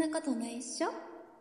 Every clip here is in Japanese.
なことないっしょ。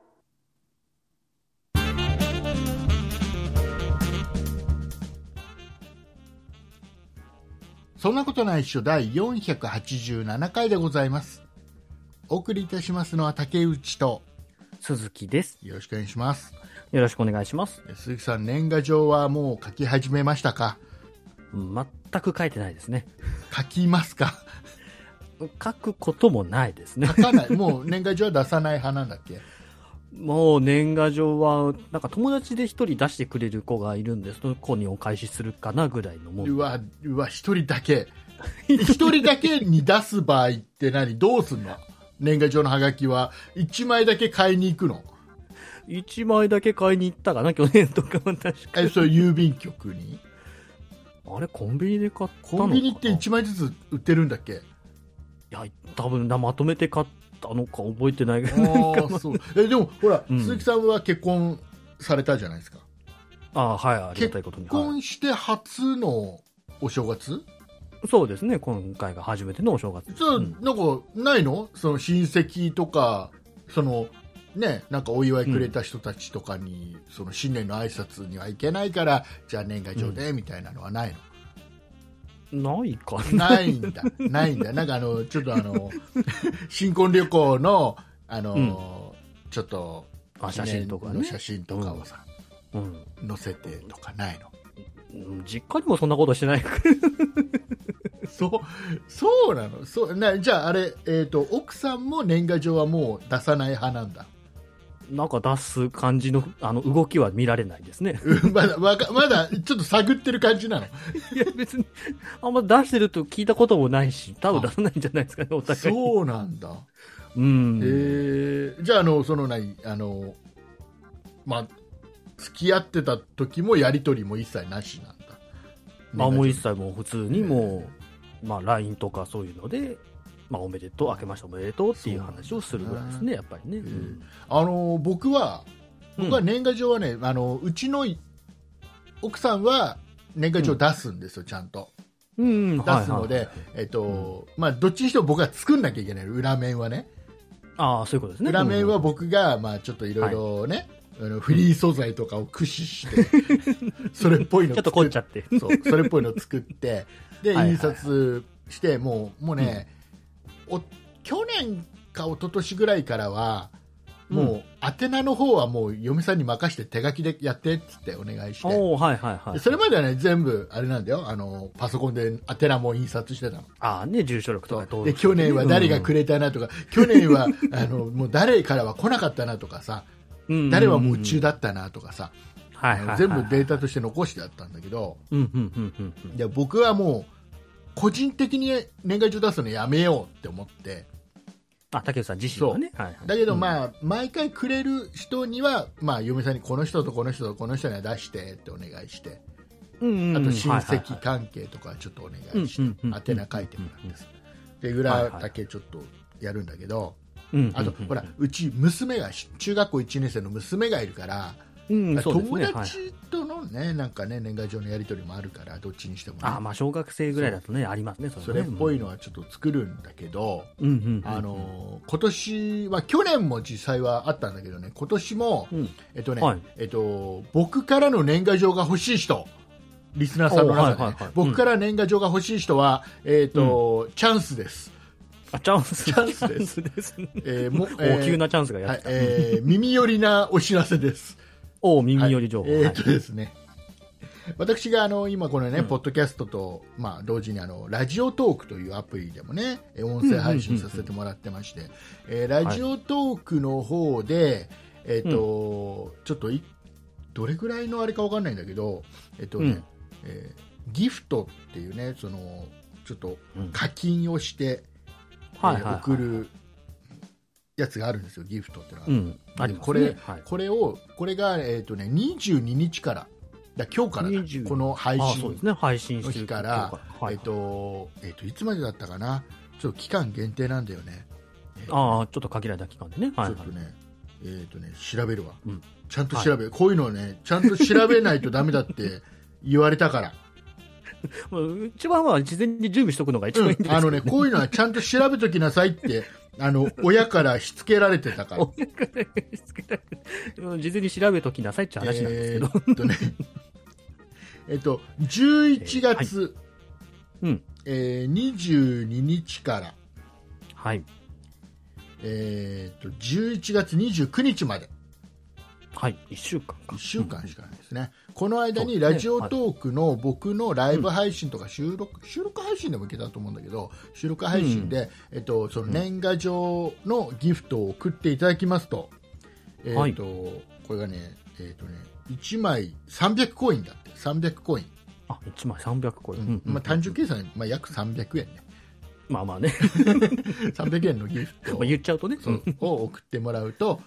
そんなことないっしょ第487回でございます。お送りいたしますのは竹内と鈴木です。 よろしくお願いします。 よろしくお願いします。 鈴木さん、年賀状はもう書き始めましたか？ 全く書いてないですね。 書きますか？ 書くこともないですね。 書かない。もう年賀状は出さない派なんだっけ？ もう年賀状はなんか友達で一人出してくれる子がいるんです。その子にお返しするかなぐらいのもん。 うわ一人だけ一人だけに出す場合ってどうすんの？年賀状のハガキは1枚だけ買いに行くの ？1枚だけ買いに行ったかな、去年とかは確かに。 それ郵便局に？ あれコンビニで買ったのかな？ コンビニって1枚ずつ売ってるんだっけ？ いや多分まとめて買ったのか覚えてないけど。そうでもほら、鈴木さんは結婚されたじゃないですか。 はい、ありがたいことに。 結婚して初のお正月？ そうですね、今回が初めてのお正月。 じゃあ、なんかないの？その親戚とかなんかお祝いくれた人たちとかに、その新年の挨拶には行けないからじゃあ年賀状でみたいなのはないの？ないかな。ないんだないんだ。なんかちょっと新婚旅行のちょっと写真とかね、 写真とかをさ、載せてとかないの？ 実家にもそんなことしてない。 そうなの？じゃあ奥さんも年賀状はもう出さない派なんだ？ なんか出す感じの動きは見られないですね。 まだちょっと探ってる感じなの？ いや別にあんま出してると聞いたこともないし、多分出さないんじゃないですかね、お互いに。 そうなんだ。じゃあ付き合ってた時もやり取りも一切なしなんだ？ もう一切もう普通にもう、LINE とかそういうので、おめでとう、明けましておめでとうっていう話をするぐらいですね、やっぱりね。 僕は年賀状はね、うちの奥さんは年賀状出すんですよ、ちゃんと。出すので、どっちにしても僕は作んなきゃいけない、裏面はね。 そういうことですね。 裏面は僕が、ちょっといろいろね、フリー素材とかを駆使してそれっぽいのちょっと凝っちゃってそれっぽいのを作ってで印刷してもうね、去年か一昨年ぐらいからはもう宛名の方はもう嫁さんに任せて手書きでやってってってお願いして、それまではね全部あれなんだよ、パソコンで宛名も印刷してたの。 住所力とかで去年は誰がくれたなとか、去年はもう誰からは来なかったなとかさ、誰は夢中だったなとかさ、全部データとして残してあったんだけど、僕はもう個人的に年賀状出すのやめようって思って。 竹内さん自身はね。 だけど毎回くれる人には、嫁さんにこの人とこの人とこの人には出してってお願いして、あと親戚関係とかちょっとお願いして、宛名書いてもらうんです。で裏だけちょっとやるんだけど、あとほらうち娘が中学校1年生の娘がいるから、友達とのなんか年賀状のやり取りもあるから、どっちにしてもね。 小学生ぐらいだとねありますね。 それっぽいのはちょっと作るんだけど、今年は去年も実際はあったんだけどね、今年も僕からの年賀状が欲しい人、リスナーさんの中で僕から年賀状が欲しい人はチャンスです。 チャンスですね。大急なチャンスがやってた。 耳寄りなお知らせです。 耳寄り情報。 ですね、私が今このね、ポッドキャストと同時にラジオトークというアプリでもね音声配信させてもらってまして、ラジオトークの方でちょっとどれぐらいのあれかわかんないんだけどギフトっていうね、ちょっと課金をして送るやつがあるんですよ、ギフトってのが、これが22日から今日からこの配信の日からいつまでだったかな、ちょっと期間限定なんだよね。 ちょっと限られた期間でね。 ちょっとね調べるわ、ちゃんと調べる、こういうのをねちゃんと調べないとダメだって言われたから一番は事前に準備しておくのが一番いいんですけどね。 こういうのはちゃんと調べときなさいって親からしつけられてたから。 親からしつけられて、事前に調べときなさいって話なんですけど。 11月、 はい、 22日から、 はい。 11月29日まで。 はい、1週間か。 1週間しかないですね。この間にラジオトークの僕のライブ配信とか収録配信でもいけたと思うんだけど、収録配信で、その年賀状のギフトを送っていただきますと、これがね、1枚300コインだって、300コイン。 あ、1枚300コイン。 単純計算で、約300円ね。 まあまあね。 300円のギフトを言っちゃうとね、 を送ってもらうと、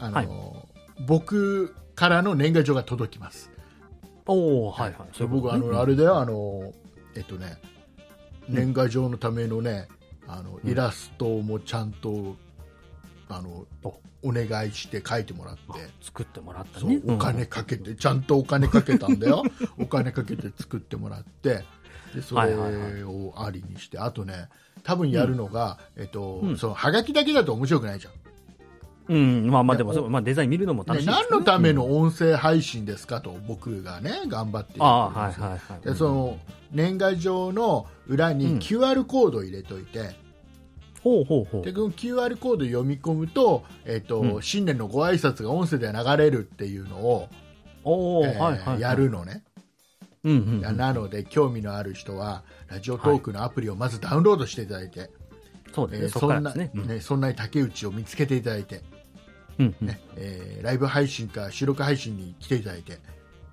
僕からの年賀状が届きます。 おお、はいはい。 僕あれだよ、年賀状のためのね、イラストもちゃんとお願いして書いてもらって、 作ってもらったね。 お金かけて、ちゃんとお金かけたんだよ。お金かけて作ってもらって、でそれをありにして、あとね、多分やるのが、そのはがきだけだと面白くないじゃん。 まあでもデザイン見るのも楽しいですね。 何のための音声配信ですかと僕がね頑張ってやってるんですよ。でその年賀状の裏に QR コードを入れといて、でこの QR コード読み込むと、新年のご挨拶が音声で流れるっていうのをやるのね。なので興味のある人はラジオトークのアプリをまずダウンロードしていただいて、そんなに竹内を見つけていただいて、ライブ配信か収録配信に来ていただいて、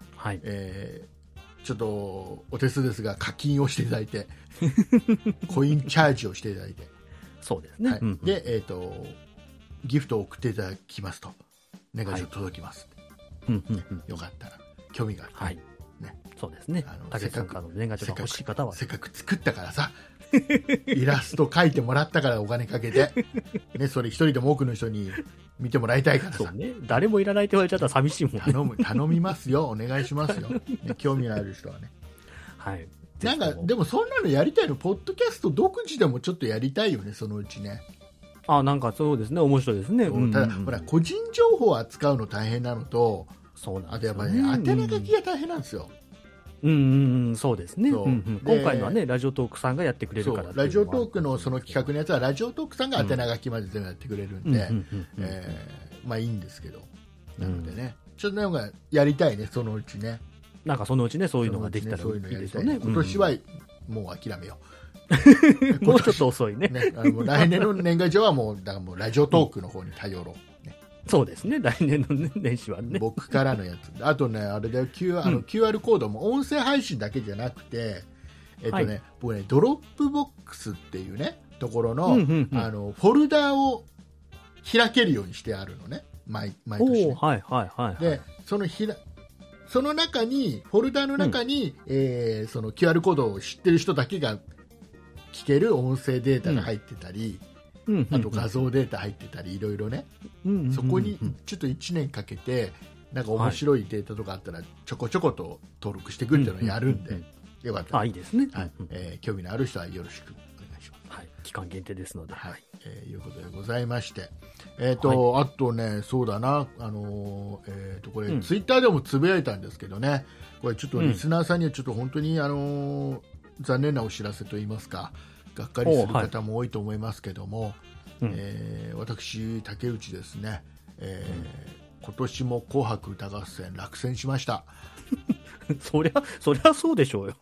ちょっとお手数ですが課金をしていただいてコインチャージをしていただいて、 そうですね、 で、ギフトを送っていただきますと年賀状届きます、よかったら興味がある、 そうですね。竹内さんからの年賀状が欲しい方はせっかく作ったからさイラスト描いてもらったからお金かけて、ね、それ一人でも多くの人に見てもらいたいからさ、 そうね、誰もいらないって言われちゃったら寂しいもんね。 頼みますよ、お願いしますよ、ね、興味のある人はね。なんかでもそんなのやりたいの、ポッドキャスト独自でもちょっとやりたいよね、そのうちね。 なんかそうですね、面白いですね。 ただほら個人情報を扱うの大変なのと、あとやっぱりね、宛名書きが大変なんですよ。 そうですね。今回のはね、ラジオトークさんがやってくれるから。 ラジオトークのその企画のやつはラジオトークさんが宛名書きまで全部やってくれるんで、まあいいんですけど、なのでね、ちょっとなんかやりたいね、そのうちね。 なんかそのうちね、そういうのができたらいいですよね。 今年はもう諦めよう。もうちょっと遅いね。 来年の年賀状はもうだからもうラジオトークの方に頼ろう。 そうですね、来年の年始はね。 僕からのやつ。あとね、あれだよ、QR コードも音声配信だけじゃなくて、僕ね、ドロップボックスっていうね、ところの、フォルダを開けるようにしてあるのね、毎年、ね。で、その中に、フォルダの中に、その QR コードを知ってる人だけが聞ける音声データが入ってたり、あと画像データ入ってたりいろいろね、そこにちょっと1年かけてなんか面白いデータとかあったらちょこちょこと登録していくっていうのをやるんで、よかったら、 いいですね、 興味のある人はよろしくお願いします。 期間限定ですので、 いうことでございまして、あとね、そうだな、これツイッターでもつぶやいたんですけどね、これちょっとリスナーさんにはちょっと本当に残念なお知らせといいますか、がっかりする方も多いと思いますけども、私、竹内ですね、今年も紅白歌合戦落選しました。 そりゃそうでしょうよ。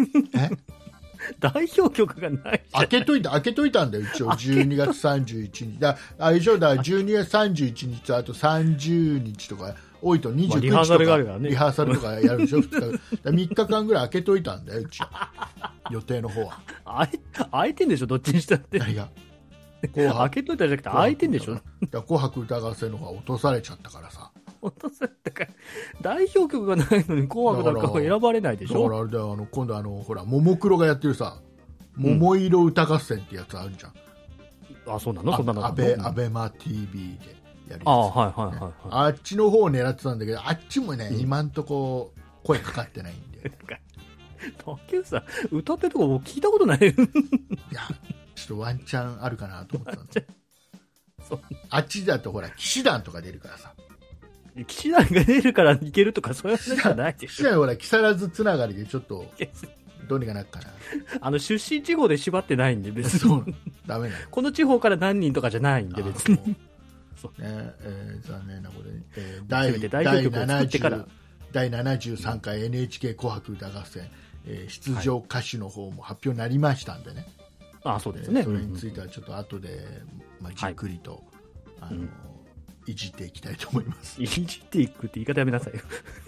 代表曲がない。 開けといたんだよ、一応12月31日だ。12月31日とあと30日とか多いと29日とか、リハーサルとかやるでしょ。3日間ぐらい開けといたんだよ、一応予定の方は。 開いてんでしょ、どっちにしたって。 何が開けといたじゃなくて開いてんでしょ。 紅白歌合戦の方が落とされちゃったからさ。 落とされたから代表曲がないのに紅白なんか選ばれないでしょ。 だからあれだよ、今度ほらももクロがやってるさ、桃色歌合戦ってやつあるじゃん。 そうなの。そんなのアベマ TV でやるやつ。あっちの方を狙ってたんだけど、あっちもね、今んとこ声かかってないんで。 竹内さん、歌ってるとこ聞いたことない。いや、ちょっとワンチャンあるかなと思ってたんです。 あっちだとほら騎士団とか出るからさ、 騎士団が出るからいけるとかそういう話じゃないでしょ。 騎士団はほら木更津つながりでちょっとどうにかなるかな。 出身地方で縛ってないんで別に。 そうダメなの。 この地方から何人とかじゃないんで別に。 そうね、残念なことに、 せめて代表曲を作ってから第73回 NHK 紅白歌合戦、出場歌手の方も発表になりましたんでね、 そうですね。 それについてはちょっと後で、じっくりと、いじっていきたいと思います。 いじっていくって言い方やめなさいよ。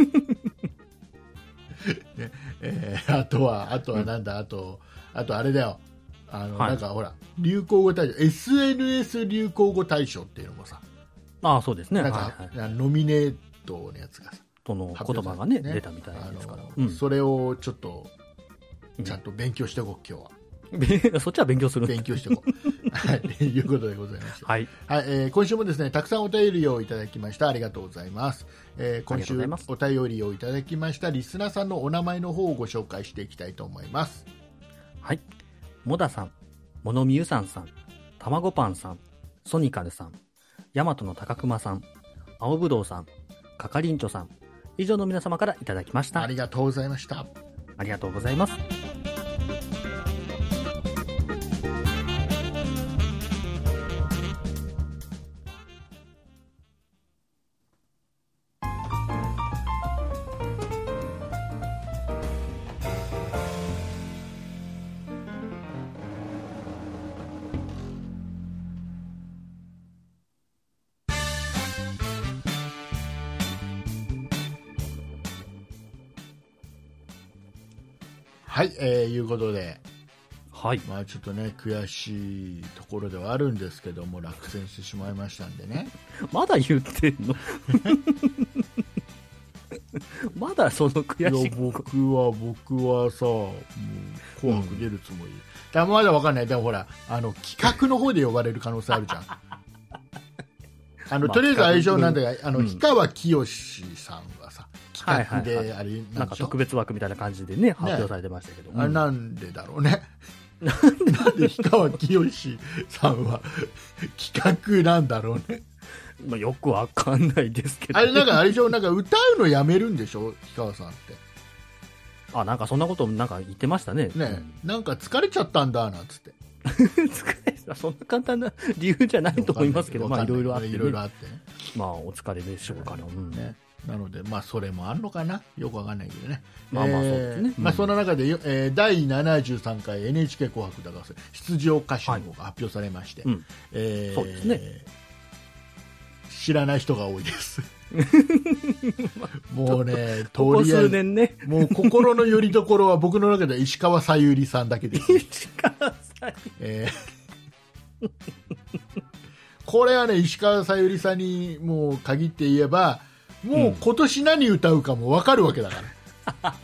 ねあとはなんだ、あとあれだよ、なんかほら流行語大賞 SNS 流行語大賞っていうのもさ、 そうですね。 なんか、ノミネートのやつがさ、 その言葉がね出たみたいですから、 それをちょっとちゃんと勉強しておこう今日は。 そっちは勉強する。 勉強しておこう。はい、ということでございまして、 はい、 今週もですねたくさんお便りをいただきました。ありがとうございます。今週お便りをいただきましたリスナーさんのお名前の方をご紹介していきたいと思います。 はい、もださん、ものみゆさんさん、たまごパンさん、ソニカルさん、ヤマトの高熊さん、青ぶどうさん、かかりんちょさん、以上の皆様からいただきました。 ありがとうございました。 ありがとうございます。 はい、いうことで、 はい、 ちょっとね悔しいところではあるんですけども落選してしまいましたんでね。 まだ言ってんの？まだその悔しい。 僕はさ、もう紅白出るつもり、だまだわかんない。でもほら企画の方で呼ばれる可能性あるじゃん。とりあえず相性なんだが、氷川きよしさんはさ企画であれなんか特別枠みたいな感じでね発表されてましたけど、 あれなんでだろうね。なんで氷川きよしさんは企画なんだろうね。 よくわかんないですけど、 あれなんかあれでしょ、なんか歌うのやめるんでしょ氷川さんって。 なんかそんなことなんか言ってましたね。 なんか疲れちゃったんだなんつって。 そんな簡単な理由じゃないと思いますけど、いろいろあってね。お疲れでしょうからね。 なのでそれもあるのかな、よくわかんないけどね。 そうですね。 そんな中で、第73回 NHK 紅白歌合戦出場歌手の方が発表されまして、 そうですね。 知らない人が多いです。もうね、 ここ数年ね、 もう心の拠り所は僕の中で石川さゆりさんだけです。 石川さゆり、 これはね、石川さゆりさんにもう限って言えば、もう今年何歌うかも分かるわけだから。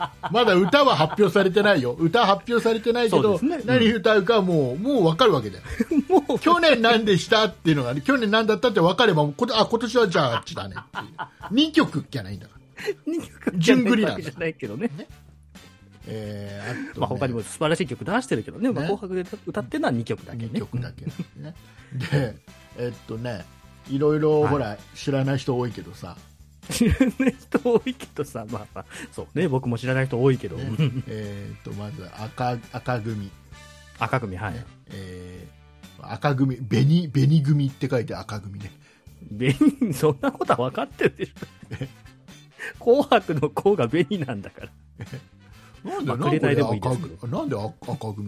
まだ歌は発表されてないよ。歌発表されてないけど、何歌うかもう分かるわけだよ。去年何でしたっていうのが、去年何だったって分かれば、今年はじゃああっちだねっていう。2曲じゃないんだから。 2曲順繰りなんだ。 じゃないけどね。 あとね、 他にも素晴らしい曲出してるけどね。紅白で歌ってるのは2曲だけね。 2曲だけなんでね。で、いろいろほら知らない人多いけどさ。 知らない人多いけどさ、そうね、僕も知らない人多いけど、 まず赤組、 はい、 赤組、紅組って書いて赤組ね。 そんなことは分かってるでしょ。紅白の紅が紅なんだから。 なんで赤組なんだろうね。なんで赤組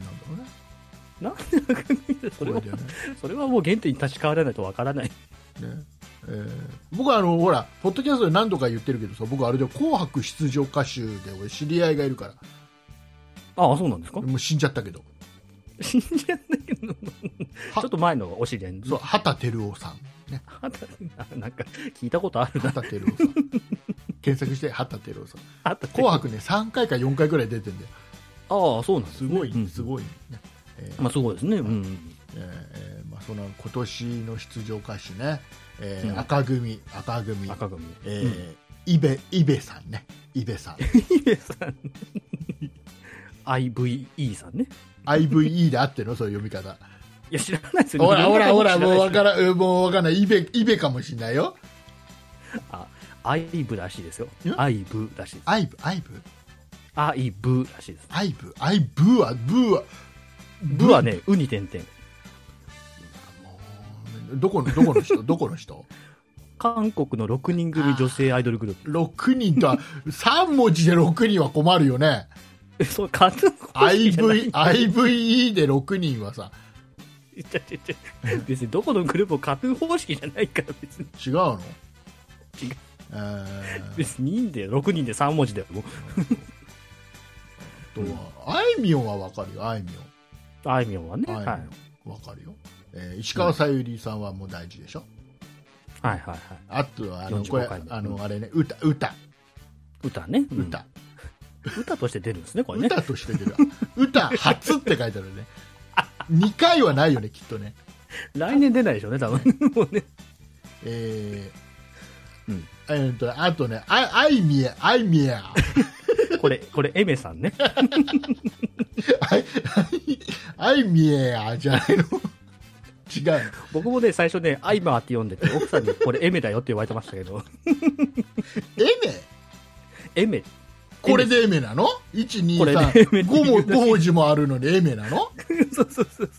それはもう原点に立ち返らないと分からない。 僕はほらポッドキャストで何度か言ってるけどさ、僕あれで紅白出場歌手で俺知り合いがいるから。 そうなんですか。 もう死んじゃったけど。 死んじゃったけどちょっと前のお知り合い。 そう、畑照夫さんね。 なんか聞いたことあるな。 畑照夫さん検索して畑照夫さん。紅白ね3回か4回くらい出てんだよ。 そうなんですね。 すごいね。 すごいですね。 その今年の出場歌手ね、赤組、イベさんね、イベさん IVE さんね。 IVE であってのそういう読み方。 いや、知らないですよ。 ほらほらほら、もうわん。 からん、もうわかんない。イベかもしんないよ。 アイブらしいですよ。 んアイブらしいです。 アイブアイブらしいです。 ブはブはね、ウに点々。 どこの人どこの人韓国の6人組女性アイドルグループ。 6人とは3文字で6人は困るよね。 そう、数 IVE で6人はさ、 別にどこのグループもカトゥー方式じゃないから別に違うの？ 違う。別にいいんだよ、6人で3文字だよ。もうあいみょんはわかるよ。あいみあいみょんはね、 ょんはいわかるよ。石川さゆりさんはもう大事でしょ。 はいはいはい。 あとはこれ 45回目あれね、歌ね、 歌として出るんですね、これね。 歌として出る。歌初って書いてあるね。2回はないよね、きっとね。 来年出ないでしょうね、多分。もうね。 あとね、あいみやこれエメさんね。 あいみやじゃないの。違う。 僕もね、最初ね、アイマーって読んでて、奥さんにこれエメだよって言われてましたけど。エメこれでエメなの ?1、2、3、5文字もあるのにエメなのそう。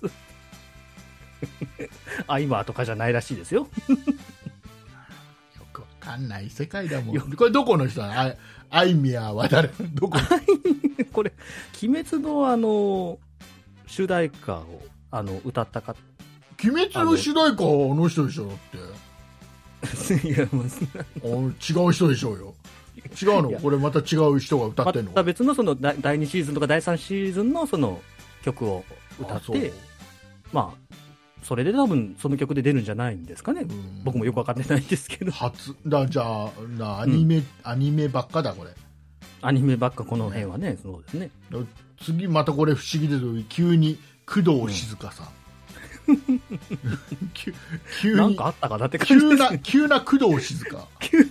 アイマーとかじゃないらしいですよ。 よくわかんない世界だもん。これどこの人なの？アイミヤは誰？どこ？ これ、鬼滅の主題歌を歌った方。 鬼滅の主題歌はあの人でしょだって。 いや、もう違う人でしょうよ。違うの？これまた違う人が歌ってんの？ また別のその第2シーズンとか第3シーズンのその曲を歌って、まあそれで多分その曲で出るんじゃないんですかね。僕もよく分かってないんですけど。 じゃあアニメばっかだこれ。 アニメばっかこの辺はね、そうですね。 次またこれ不思議ですよ。急に工藤静香さん。急になんかあったかなって感じですね。 急な工藤静香。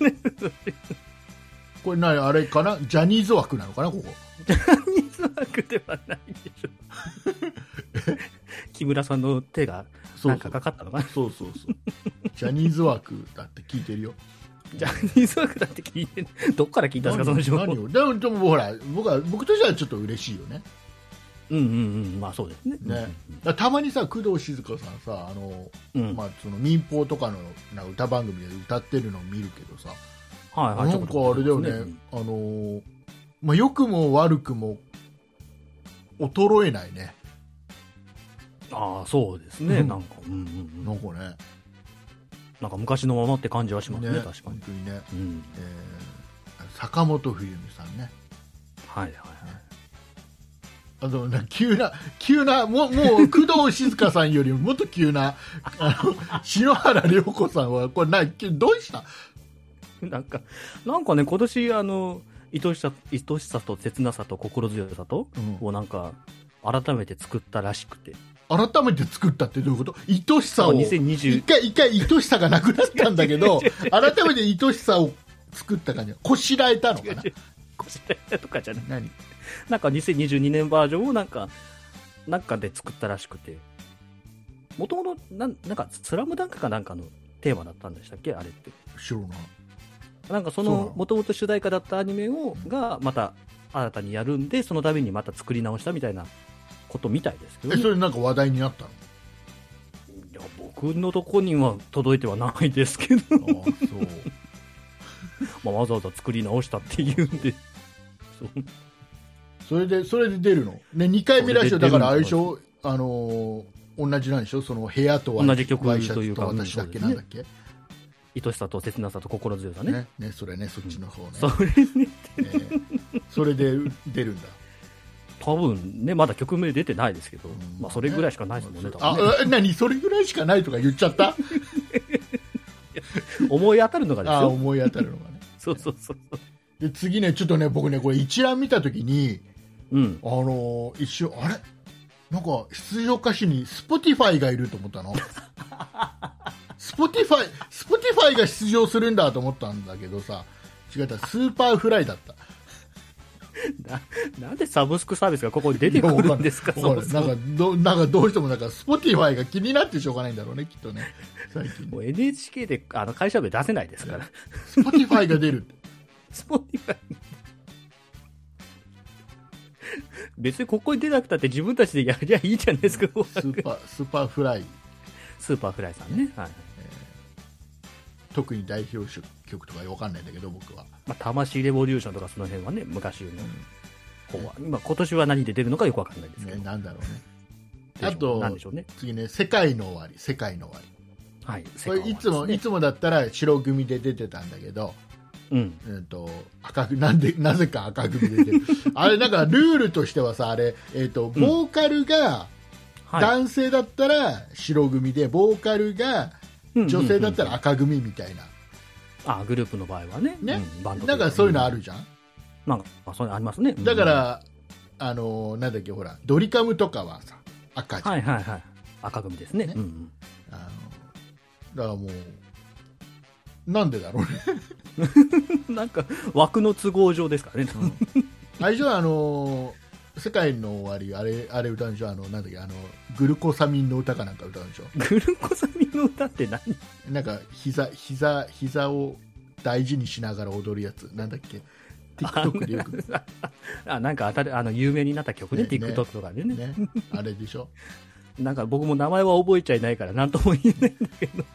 これあれかな、ジャニーズ枠なのかな、ここ。 ジャニーズ枠ではないでしょ。木村さんの手がなんかかかったのかな。 そう。ジャニーズ枠だって聞いてるよ。 ジャニーズ枠だって聞いてる。どっから聞いたんですか、その情報。 でもほら、僕としてはちょっと嬉しいよね。 まあそうですね。 たまにさ、工藤静香さんさ、まあ、その民放とかの歌番組で歌ってるのを見るけどさ、なんかあれだよね、まあ、良くも悪くも衰えないね。 ああ、そうですね。なんかね、 なんか昔のままって感じはしますね、確かに。 本当にね。坂本冬美さんね。 はい。 急なもう工藤静香さんよりもっと急な篠原涼子さんはこれどうした？ なんかね、今年愛しさと切なさと心強さとをなんか改めて作ったらしくて。 改めて作ったってどういうこと？愛しさを 2020 一回愛しさがなくなったんだけど改めて愛しさを作った感じ。こしらえたのかな？ こしらえたとかじゃない。なんか2022年バージョンをなんかで作ったらしくて、もともとなんかスラムダンクかなんかのテーマだったんでしたっけ、あれって。 知らない。 なんかそのもともと主題歌だったアニメがまた新たにやるんで、そのためにまた作り直したみたいなことみたいですけど、ね。 それなんか話題になったの？ いや、僕のとこには届いてはないですけど。 そう。 まあわざわざ作り直したっていうんで。 それで出るのね。2回目らしょ。だから相性同じなんでしょ。その部屋とは同じ曲というか、 私だっけ、なんだっけ。 愛しさと切なさと心強さね。 それね、そっちの方ね。 それで出るんだ。 多分ね、まだ曲名出てないですけど、まあそれぐらいしかないですもんね。 何それぐらいしかないとか言っちゃった？ 思い当たるのがですよ。 思い当たるのがね。 そう。 で次ね、ちょっとね、僕ね、これ一覧見たときに、一瞬あれなんか出場歌手に Spotify がいると思ったの。Spotify が出場するんだと思ったんだけどさ、違った、スーパーフライだった。 なんでサブスクサービスがここに出てくるんですか、そもそも。なんでサブスクサービスがここに出てくるんですか、そもそも。 なんかどうしてもSpotify が気になってしょうがないんだろうね、きっとね、最近。 もう NHK で会社名出せないですから。 Spotify が出る。 Spotify 別にここに出なくたって自分たちでやりゃいいじゃないですか。 スーパーフライ。 スーパーフライさんね。はい。 特に代表曲とかわかんないんだけど、僕は。 まあ、魂レボリューションとかその辺はね、昔の方は。今年は何で出るのかよくわかんないですけど。 なんだろうね。 あと、 なんでしょうね。次ね、世界の終わり。 はい。 これいつもだったら白組で出てたんだけど、なぜか赤組で出てる。あれなんかルールとしてはさ、あれ、ボーカルが男性だったら白組で、ボーカルが女性だったら赤組みたいな。 グループの場合はね。 バンドなんかそういうのあるじゃん。 なんかそういうのありますね。 だから、なんだっけ、ほら、ドリカムとかはさ、赤じゃん。 はい。赤組ですね。 だからもう、なんでだろうね。 なんか枠の都合上ですからね。 あれじゃ世界の終わり、あれ歌うんでしょ、なんだっけ、グルコサミンの歌かなんか歌うんでしょ。 グルコサミンの歌って何？ なんか膝を大事にしながら踊るやつ、なんだっけ。TikTok でよく。 なんか有名になった曲ね、TikTok とかでね。 あれでしょ。 なんか僕も名前は覚えちゃいないから何とも言えないんだけど。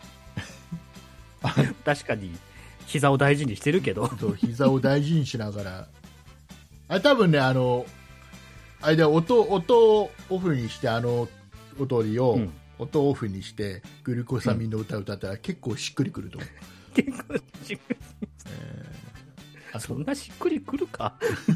確かに膝を大事にしてるけど。 そう、膝を大事にしながら。あれ多分ね、あれで音をオフにして、音オフにしてグルコサミンの歌を歌ったら結構しっくりくると思う。 結構しっくり。そんなしっくりくるか。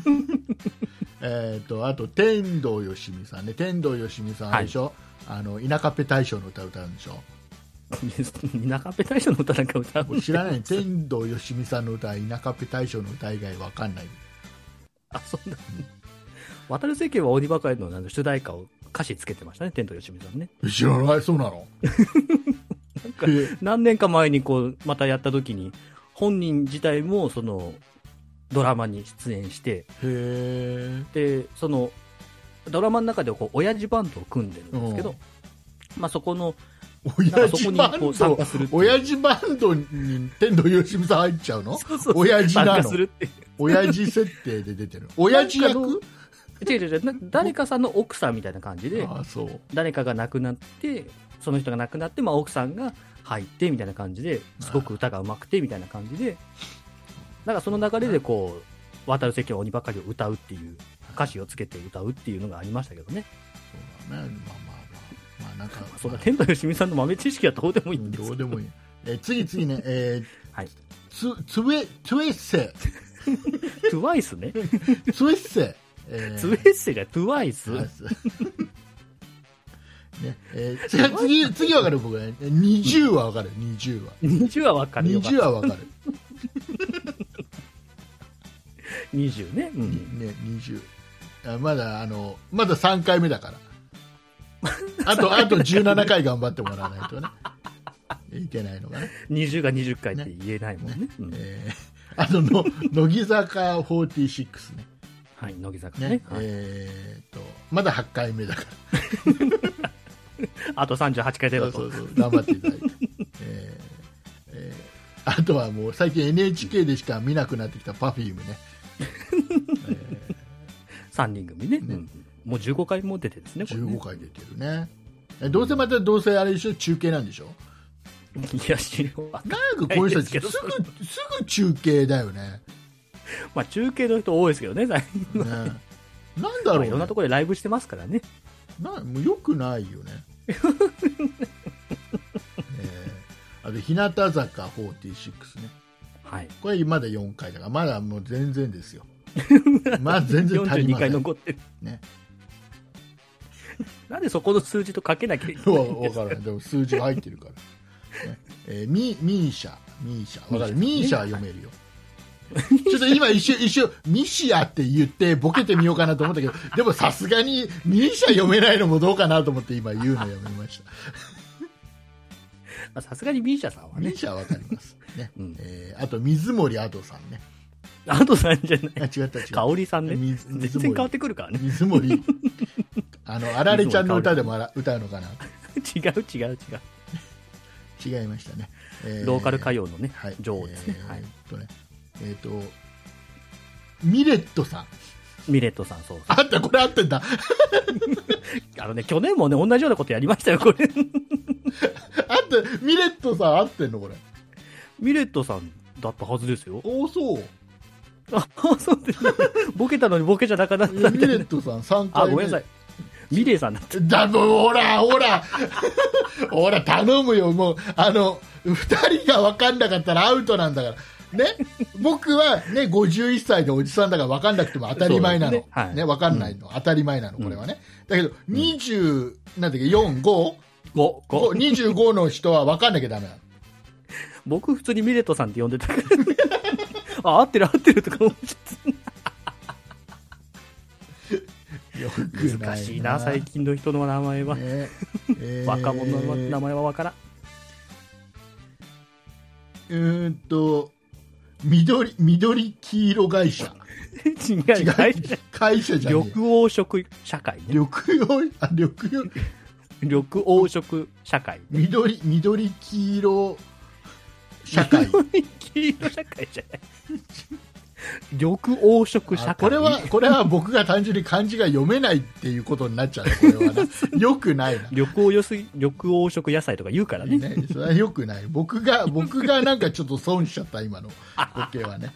あと天童よしみさんね。天童よしみさんあれでしょ、田舎ペ大将の歌を歌うんでしょ。 田舎ペ大将の歌なんか歌う？ 知らない。天童よしみさんの歌は田舎ペ大将の歌以外わかんない。 そうなんだ。渡る世間は鬼ばかりの主題歌を歌詞つけてましたね、天童よしみさんね。 知らない。そうなの？ なんか何年か前にまたやった時に本人自体もそのドラマに出演して、でそのドラマの中で親父バンドを組んでるんですけど、まあそこの親父バンド、親父バンドに天童よしみさん入っちゃうの？親父なの？親父設定で出てる。親父役？ 違う誰かさんの奥さんみたいな感じで、誰かが亡くなってその人が亡くなって、奥さんが入ってみたいな感じですごく歌が上手くてみたいな感じで、なんかその流れで渡る世間は鬼ばかりを歌うっていう歌詞をつけて歌うっていうのがありましたけどね。 そうだね。なんかそんな天童よしみさんの豆知識はどうでもいいんです。 どうでもいい。次ね、 はい。 ツエッセ。 トゥワイスね。 ツエッセ。 ツエッセがトゥワイス。 ね、次わかる？僕ね、20はわかる。20はわかる。20はわかる。 20ね。 ね、20。まだ3回目だから。あと17回頑張ってもらわないとね。いけないのかな。 20が20回って言えないもんね。 あと乃木坂46ね。 はい、乃木坂ね。 まだ8回目だから。 あと38回出ろと。 そう頑張っていただいて。あとはもう最近 NHK でしか見なくなってきた Perfume ね。 3人組ね。もう15回も出てですね。 15回出てるね。どうせあれでしょ、中継なんでしょ。 いや、知らない。 なんかこういう人たちすぐ中継だよね。 まあ中継の人多いですけどね、最近は。 なんだろう、ね。 いろんなところでライブしてますからね。 もうよくないよね。あと日向坂46ね。 はい。 これまだ4回だから、まだもう全然ですよ。まあ全然足りません。 42回残ってる。 ね。 なんでそこの数字とかけなきゃいけないんですか。 わからない。でも数字が入ってるから。ね、ミーシャ。わかる。ミーシャは読めるよ。ちょっと今一瞬ミシアって言ってボケてみようかなと思ったけど、でもさすがにミーシャ読めないのもどうかなと思って今言うのやめました。 さすがにミーシャさんはね。 ミーシャはわかります。ね。あと水森アドさんね。 アドさんじゃない。 あ、違った。 香織さんね。全然変わってくるからね。 水森。あられちゃんの歌でも歌うのかな。 違う。 違いましたね。 ローカル歌謡のね、 はい、 女王ですね。 ミレットさん。 ミレットさん、そう。 あった、これ合ってんだ。 去年もね、同じようなことやりましたよ、これ。 あって、ミレットさん合ってんのこれ。 ミレットさんだったはずですよ。 お、そう。 あ、そうですね。ボケたのにボケじゃなかった。ミレットさん3回目。 あ、ごめんなさい。ミレイさんだって。 ほら。ほら、頼むよ。もう、2人が分かんなかったらアウトなんだから。ね、僕は、ね、51歳でおじさんだから分かんなくても当たり前なの、ね、はい、ね、分かんないの、当たり前なのこれはね、だけど20、なんだっけ4、25の人は分かんなきゃダメなの。 僕普通にミレットさんって呼んでたから合ってるとか思っちゃった難しいな最近の人の名前は、若者の名前は分からん。 緑黄色会社。 違う会社じゃねえ。 緑黄色社会ね。 緑黄色社会、ね。 緑黄色社会。 緑黄色社会じゃない。緑黄色社会。 これは僕が単純に漢字が読めないっていうことになっちゃう。これはね。よくないな。 緑黄色野菜とか言うからね。 それはよくない。僕がなんかちょっと損しちゃった今のボケはね。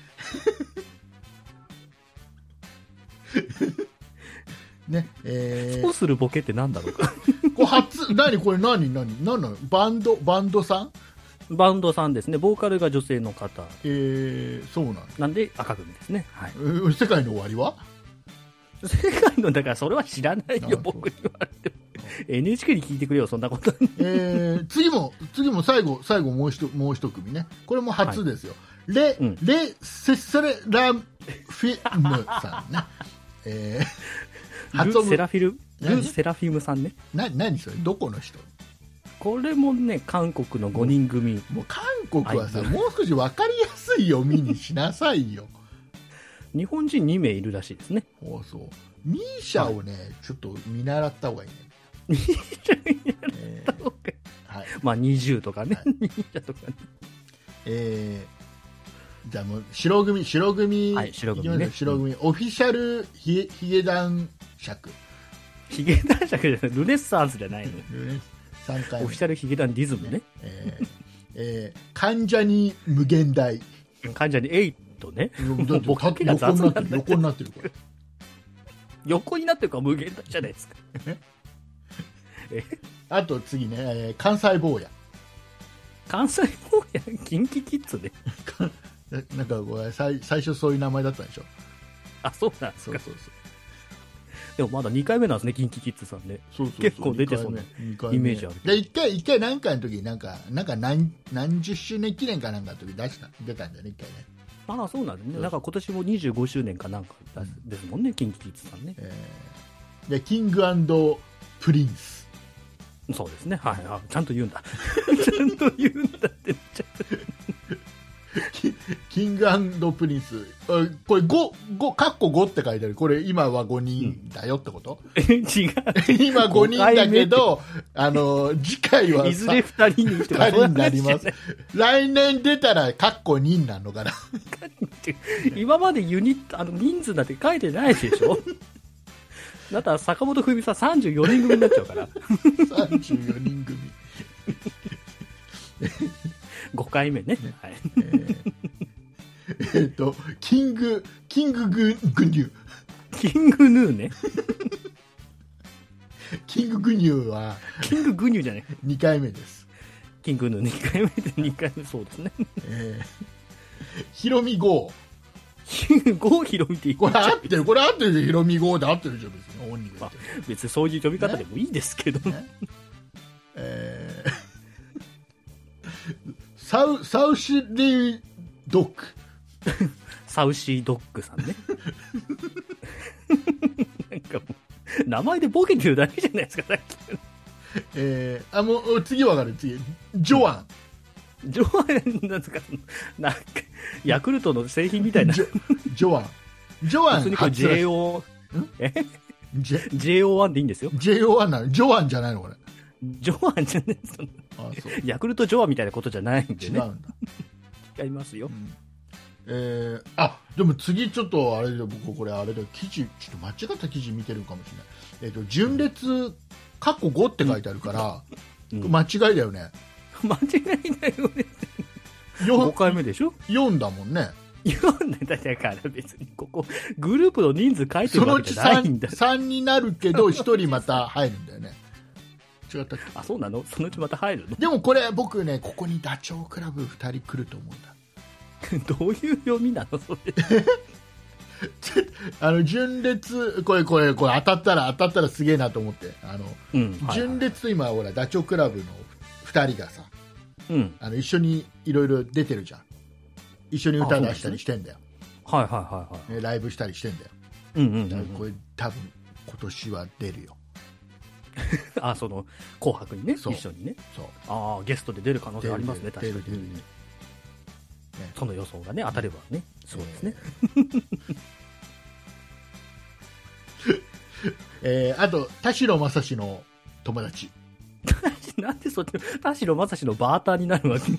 ね、 そうするボケってなんだろうか。 これ何なの？バンドさん？ バンドさんですね。ボーカルが女性の方。 そうなんなんで赤組ですね。はい。 世界の終わりは？ 世界のだからそれは知らないよ僕に言われても。NHK に聞いてくれよそんなこと。 次も最後もう一組ね。これも初ですよ。はい、レセセレラフィムさんね。 ルセラフィムさんね。 何それ？どこの人？ これもね、韓国の5人組。 もう韓国はさ、もう少し分かりやすい読みにしなさいよ。 日本人2名いるらしいですね。 そう。ミーシャをね、ちょっと見習った方がいいね。 ミーシャ見習った方がいい。はい。まあ20とかね。ミーシャとかね。 じゃあもう白組。はい、白組ね。白組。オフィシャルヒゲダン尺。 ヒゲダン尺じゃない。ルネッサンスじゃないの。 3回目。 オフィシャルヒゲダンディズムね。 関ジャニ無限大。 関ジャニ8ね。 僕だけが雑なんだ。横になってるこれ。 横になってるから無限大じゃないですか。 あと次ね、関西坊や。 関西坊や、キンキキッズね。 なんかこれ最初そういう名前だったんでしょ。 あ、そうなんですか。 そう。 でもまだ2回目なんですね、キンキキッズさんね。そう結構出てそうなイメージある。 で1回なんかの時なんか何十周年記念かなんかの時出たんだよね、1回ね。 ああ、そうなんですね。なんか今年も25周年かなんかですもんね、キンキキッズさんね。 でキング&プリンス。 そうですね。はい。ちゃんと言うんだ。ちゃんと言うんだってちゃキング&プリンス。これカッコ5って書いてある。これ今は5人だよってこと？ 違う。 今5人だけど、次回はいずれ2人になります。来年出たらカッコ2になるのかな。 今までユニット、人数なんて書いてないでしょ？だったら坂本冬美さん34人組になっちゃうから。 34人組。 5回目ね。はい。 キンググニュー。 キングヌーね。 キンググニューはキンググニューじゃない。 2回目です。 キングヌー2回目で2回目そうですね。 ヒロミゴー。 ゴーヒロミって言っこれ合ってるじゃん。ヒロミゴーで合ってるじゃん別に本人が。 別にそういう呼び方でもいいですけど。 サウシリードッグ。 サウシードッグさんね。なんかもう名前でボケてるだけじゃないですかさっき。 もう次わかる。次ジョアン。 なんですか、なんかヤクルトの製品みたいな。ジジョアン普通にこれ JO、JO1 でいいんですよ。 JO1 なの？ジョアンじゃないのこれ。 ジョアンじゃないです。 そうヤクルトジョアみたいなことじゃないんでね。 違うんだ。 違いますよ。 でも次ちょっとあれで僕これあれで記事ちょっと間違った記事見てるかもしれない。順列過去5って書いてあるから、間違いだよね。 間違いだよね。5回目でしょ。 4だもんね。 4でだから別にここグループの人数書いてるわけじゃないんだ。 そのうち 3になるけど1人また入るんだよね。違ったっけ？ あ、そうなの？そのうちまた入るの？ でもこれ僕ね、ここにダチョウ倶楽部2人来ると思うんだ。 どういう読みなのそれ順列これ当たったらすげえなと思って、順列と今ほらダチョウ倶楽部の2人がさ、一緒にいろいろ出てるじゃん。一緒に歌出したりしてんだよ。ライブしたりしてんだよ。これ多分今年は出るよ。 その紅白にね、一緒にね。 そう。 ゲストで出る可能性ありますね。確かに。その予想がね当たればね、そうですね。 あと田代正史の友達。 なんでそっち田代正史のバーターになるわけ？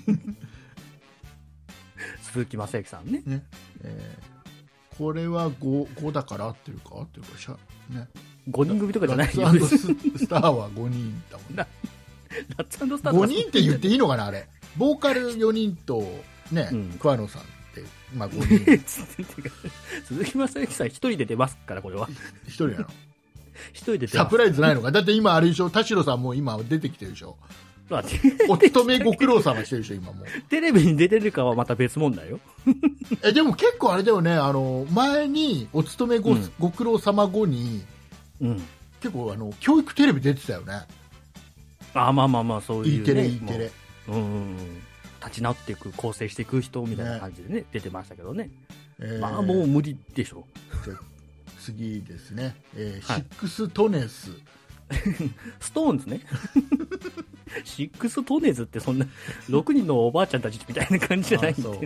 鈴木雅之さんね。 これは 5だから合ってるかね。 5人組とかじゃないよ。 ラッツ&スターは5人だもんね。 ラッツ&スター 5人って言っていいのかなあれ。ボーカル4人とね、桑野さんって、5人。 鈴木雅之さん1人で出ますから、これは。 1人なの？ 1人で出ます。 サプライズないのか？だって今あれでしょ、田代さんも今出てきてるでしょ。お勤めご苦労様してるでしょ、今もう。 テレビに出てるかはまた別問題よ。 でも結構あれだよね、前にお勤めご苦労様後に、結構教育テレビ出てたよね。 まあ、そういう、ね。 E テレ。 立ち直っていく、構成していく人みたいな感じでね、出てましたけどね。もう無理でしょ。 次ですね、シックストネス。 ストーンズね。シックストネズってそんな6人のおばあちゃんたちみたいな感じじゃないんで。も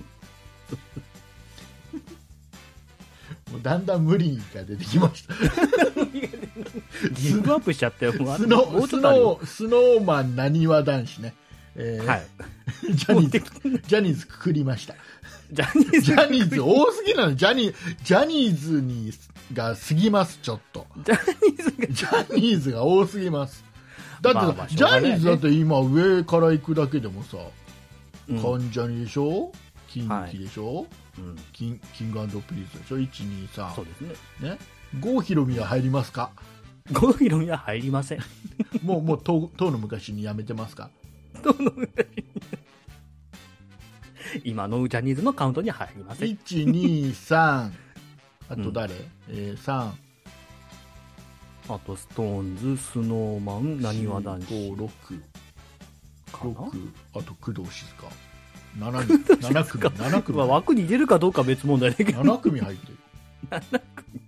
うだんだん無理が出てきました。 ギブアップしちゃったよ。 スノーマンなにわ男子ね。ジャニーズくくりました。ジャニーズ多すぎなの。ジャニーズが過ぎます。ちょっとジャニーズが多すぎます。だって、ジャニーズだって今上から行くだけでもさ、関ジャニでしょ、キンキでしょ、キング&プリンスでしょ、123。 そうですね。 郷ひろみは入りますか？ 郷ひろみは入りません。 もう当の昔にやめてますか？ 今のジャニーズのカウントに入りません。 1、2、3。あと誰？3。 あとストーンズ、スノーマン、なにわ男子。 5、6。 かな？ あと工藤静香。7組。 枠に入れるかどうかは別問題だけど。 7組入ってる。 7組。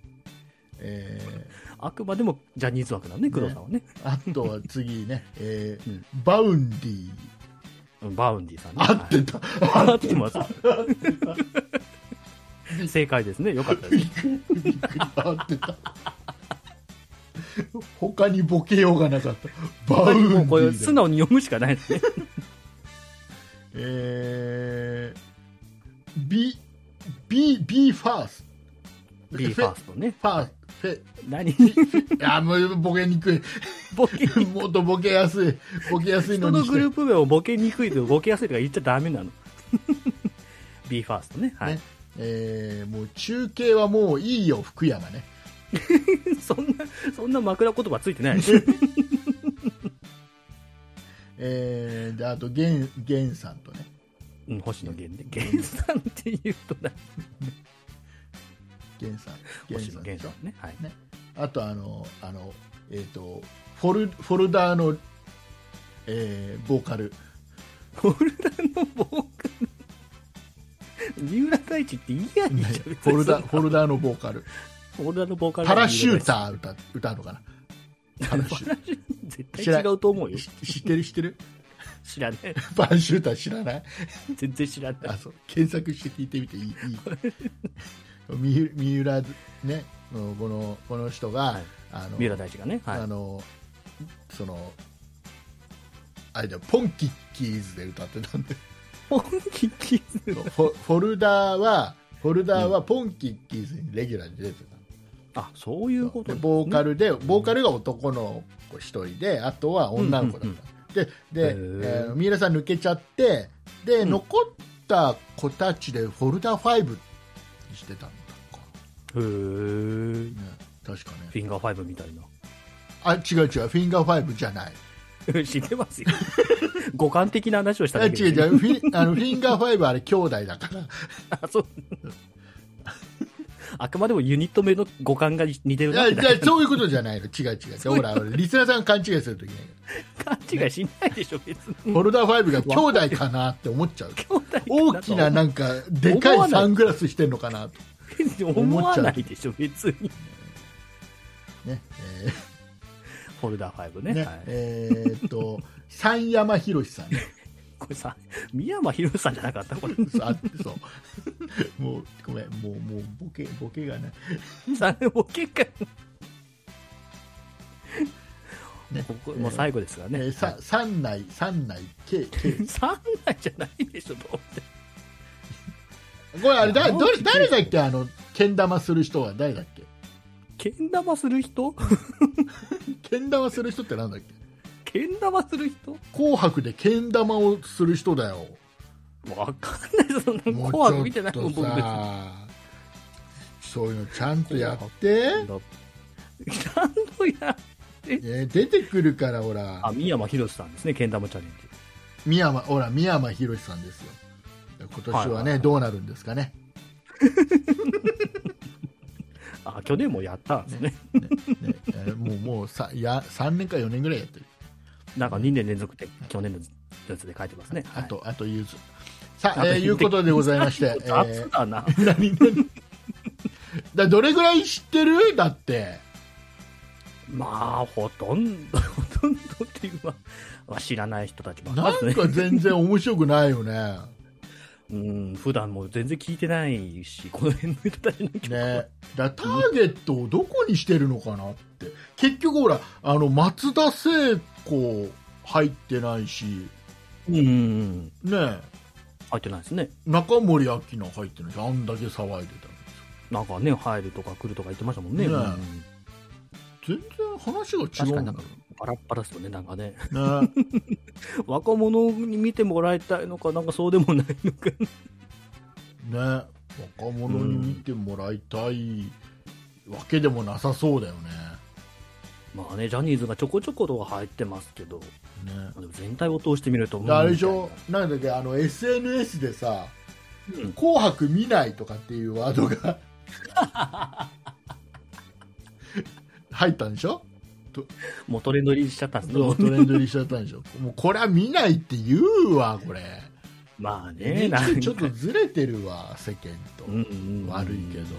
あくまでもジャニーズ枠なんね、工藤さんはね。 あとは次ね、バウンディ。 バウンディさんね。 合ってた。 合ってます。正解ですね。よかったです。 合ってた。他にボケようがなかった。バウンディ。もうこれ素直に読むしかないですね。 B ファースト。 B ファーストね。何？ もうボケにくい。もっとボケやすいのにして。 人のグループ名をボケにくいとボケやすいとか言っちゃダメなの。B ファーストね。はい。 もう中継はもういいよ、福山ね。 そんな枕言葉ついてない。 であと源さんとね。 星野源ね。源さんって言うとな。 源さんね。はい。 ね。あとフォルダーのボーカル。 フォルダーのボーカル。三浦大知っていいやん。フォルダーのボーカル。パラシューター歌うのかな。 絶対違うと思うよ。 知ってる知らない。 パラシューター知らない？ 全然知らない。 検索して聞いてみていい。 三浦ね、この人が、 はい三浦大知がね、はい、 そのあれだよ、ポンキッキーズで歌ってたんで、 ポンキッキーズフォルダーはポンキッキーズにレギュラーで出てた。 あ、そういうことでボーカルが男の子一人で、あとは女の子だった。で、三浦さん抜けちゃって、で、残った子たちでフォルダー5にしてたんだか。 へー、 ね、確かね。 フィンガー5みたいな。 あ、違う、フィンガー5じゃない。 知ってますよ。五感的な話をした違う、 だけで、 フィンガー5はあれ兄弟だから。 あ、そう。あくまでもユニット名の五感が似てるだけだじゃあそういうことじゃないの。違う。ほら、リスナーさんが勘違いするときない。 勘違いしないでしょ、別に。 フォルダー5が兄弟かなって思っちゃう。 兄弟かなと大きななんか、でかいサングラスしてんのかなと。 思わないでしょ、別に。 ね、 フォルダー5ね。 ね、 はい、 三山ひろしさんね。 これさ、三山ひろしさんじゃなかったこれ。 そうもうごめん、もうボケがない。 ボケか。 ね、 もう最後ですからね。 三内 K 三内じゃないでしょ、どうってこれあれ誰だっけ、けん玉する人は誰だっけ。 けん玉する人けん玉する人ってなんだっけ。 けん玉する人、 紅白でけん玉をする人だよ。 わかんないです。そんな紅白見てないもん、僕別に。 そういうのちゃんとやってちゃんとやって、 出てくるから。ほら、 あ、三山ひろしさんですね、けん玉チャレンジ。 三山ひろしさんですよ。今年はね、どうなるんですかね。 あ、去年もやったんですね。 もう3年か4年ぐらいやってる。 なんか2年連続で去年のやつで書いてますね。 あとゆず。さあ、いうことでございまして。 雑だな。 どれぐらい知ってる？だって。 まあ、ほとんどっていうのは知らない人たちばっかりですね。 なんか全然面白くないよね。 普段も全然聞いてないし、この辺の人たちの曲はね、ターゲットをどこにしてるのかなって。結局ほら、松田聖子入ってないし、ね、 入ってないですね。 中森明菜入ってないし、あんだけ騒いでたんですよ。 なんかね、入るとか来るとか言ってましたもんね。 全然話が違う。 確かになんかバラッバラですよね、なんかね。 ね若者に見てもらいたいのか、なんかそうでもないのか。 ね、若者に見てもらいたいわけでもなさそうだよね。 まあね、ジャニーズがちょこちょことは入ってますけど、 ね、 でも全体を通してみると、 あれでしょ、なんだっけ、SNS でさ、紅白見ないとかっていうワードが入ったんでしょ。 もうトレンド入りしちゃったんですね。 トレンド入りしちゃったんでしょ。もうこれは見ないって言うわ、これ。 まあね、 ちょっとずれてるわ、世間と。悪いけど。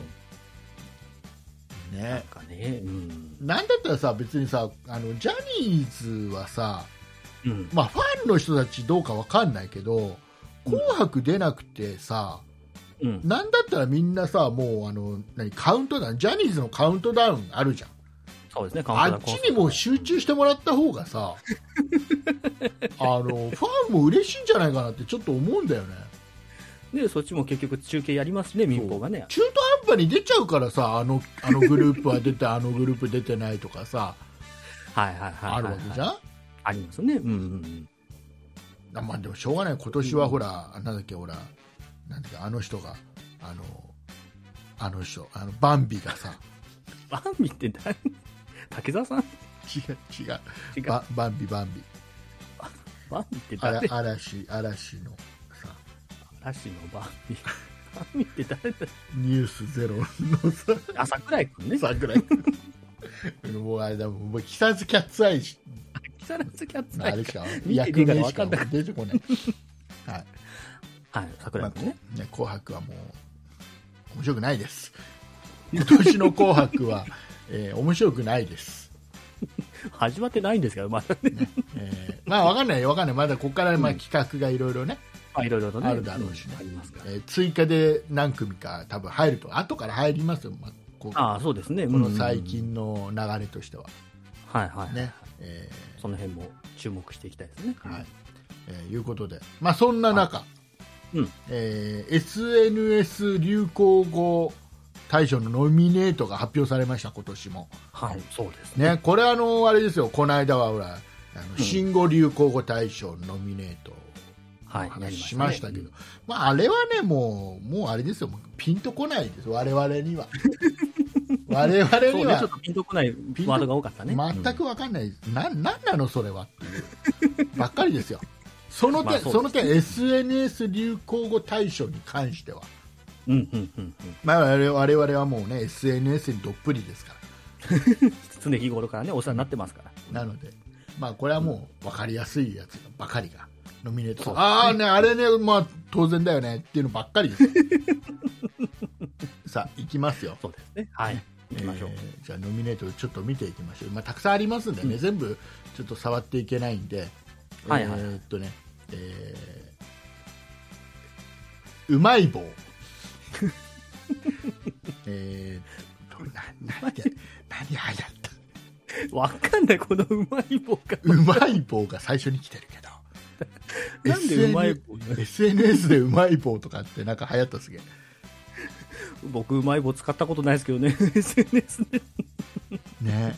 ね。 なんかね、 なんだったらさ、別にさ、ジャニーズはさ、まあファンの人たちどうかわかんないけど、紅白出なくてさ、なんだったらみんなさ、もうカウントダウン、ジャニーズのカウントダウンあるじゃん。 そうですね、 あっちにも集中してもらった方がさファンも嬉しいんじゃないかなってちょっと思うんだよね。 でそっちも結局中継やりますね、民放がね。 中途半端に出ちゃうからさ、あのグループは出てあのグループ出てないとかさあるわけじゃん。 ありますね。 まあでもしょうがない。今年はほら、なんだっけ、ほらなんだっけ、あの人がバンビがさバンビって誰？竹澤さん？ 違うバンビバンビって誰？ 嵐のさ、 嵐のバンビバンビって誰だ？ ニュースゼロのさ、 桜井くんね。 桜井くんもうあれだもう木更津キャッツアイ、 木更津キャッツアイあれしか役名しか出てこないはい、桜井くんね。 紅白はもう面白くないです。今年の紅白は面白くないです。 始まってないんですけど、まだね。 まあわかんないまだここから企画がいろいろね、 いろいろとね。 あるだろうしねありますから。 追加で何組か多分入ると、後から入りますよ、こそうですね。 この最近の流れとしては。 はいはい。 ねその辺も注目していきたいですね。 はいいうことで、そんな中、SNS 流行語大賞のノミネートが発表されました、今年も。 はい、そうですね。 これあれですよ、この間はほら新語・流行語大賞のノミネートしましたけど、あれはね、もうあれですよ、ピンとこないです、我々には。我々にはちょっとピンとこないワードが多かったね。 全く分かんないです、なんなのそれはっていうばっかりですよ。その点 SNS 流行語大賞に関しては、我々はもうね SNS にどっぷりですから常日頃からねお世話になってますから。 なので、これはもう分かりやすいやつばかりがノミネート、あれね、当然だよねっていうのばっかりですよ。さあ行きますよ。 そうですね。はい。行きましょう。 じゃあノミネートちょっと見ていきましょう。たくさんありますんでね、全部ちょっと触っていけないんで、うまい棒。何流行ったわかんない、このうまい棒が。 うまい棒が最初に来てるけど。 なんでうまい棒 SNS でうまい棒とかってなんか流行ったすげえ。 僕うまい棒使ったことないですけどね。SNS で。 ね。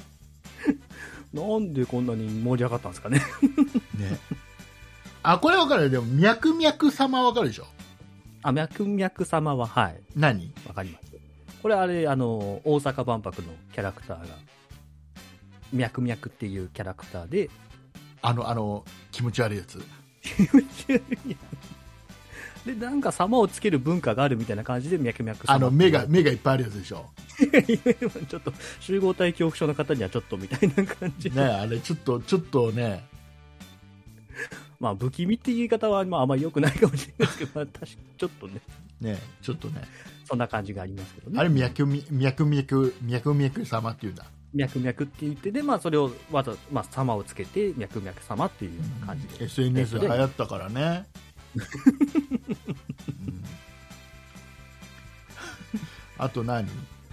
なんでこんなに盛り上がったんですかね。 ね。これわかるよ。でも、ミャクミャク様わかるでしょ。 ミャクミャク様は、はい。 何？ わかります。これあれ、大阪万博のキャラクターが、ミャクミャクっていうキャラクターで、 気持ち悪いやつ。 で、なんか様をつける文化があるみたいな感じで、ミャクミャク様。 目がいっぱいあるやつでしょ。 ちょっと、集合体恐怖症の方にはちょっとみたいな感じ。 ね、あれ、ちょっとね。 不気味っていう言い方は、あんまり良くないかもしれないですけど、確かにちょっとね。 ね、ちょっとね。 そんな感じがありますけどね。 あれ、ミャクミャク様っていうんだ。 ミャクミャクって言ってで、それをわざ、様をつけて、ミャクミャク様っていう感じで。 SNS で流行ったからね。あと何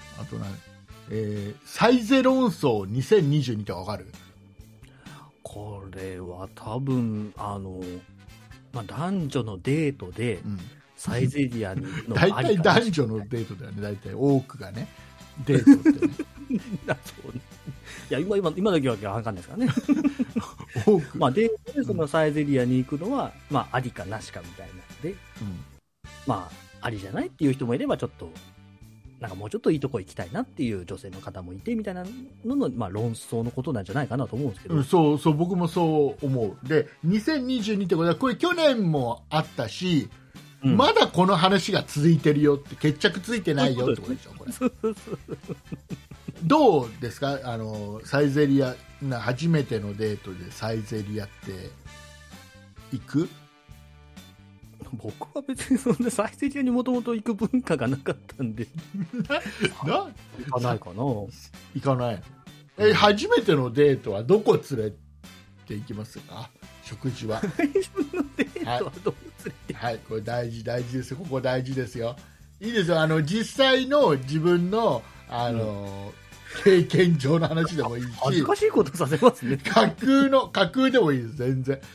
サイゼ論争2022ってわかる？ これは多分男女のデートで、サイゼリアにの大体男女のデートだよね。大体多くがね、デートってね。 そうね。いや、今だけは分かんないですからね。 多く。 デートでそのサイゼリアに行くのは、ありかなしかみたいなので、ありじゃないっていう人もいれば、ちょっと、なんかもうちょっといいとこ行きたいなっていう女性の方もいてみたいなのの、論争のことなんじゃないかなと思うんですけど、 そう僕もそう思う。で2022ってことはこれ去年もあったし、まだこの話が続いてるよって、決着ついてないよってことでしょ。これどうですか？サイゼリア初めてのデートでサイゼリアって行く？ 僕は別にそんなサイゼリアにもともと行く文化がなかったんで行かないかな。 行かない。初めてのデートはどこ連れて行きますか？食事は。 最初のデートはどこ連れて？ はい、これ大事ですよ。ここ大事ですよ。いいですよ。実際の自分の経験上の話でもいいし、 恥ずかしいことさせますね。 架空でもいいです。全然。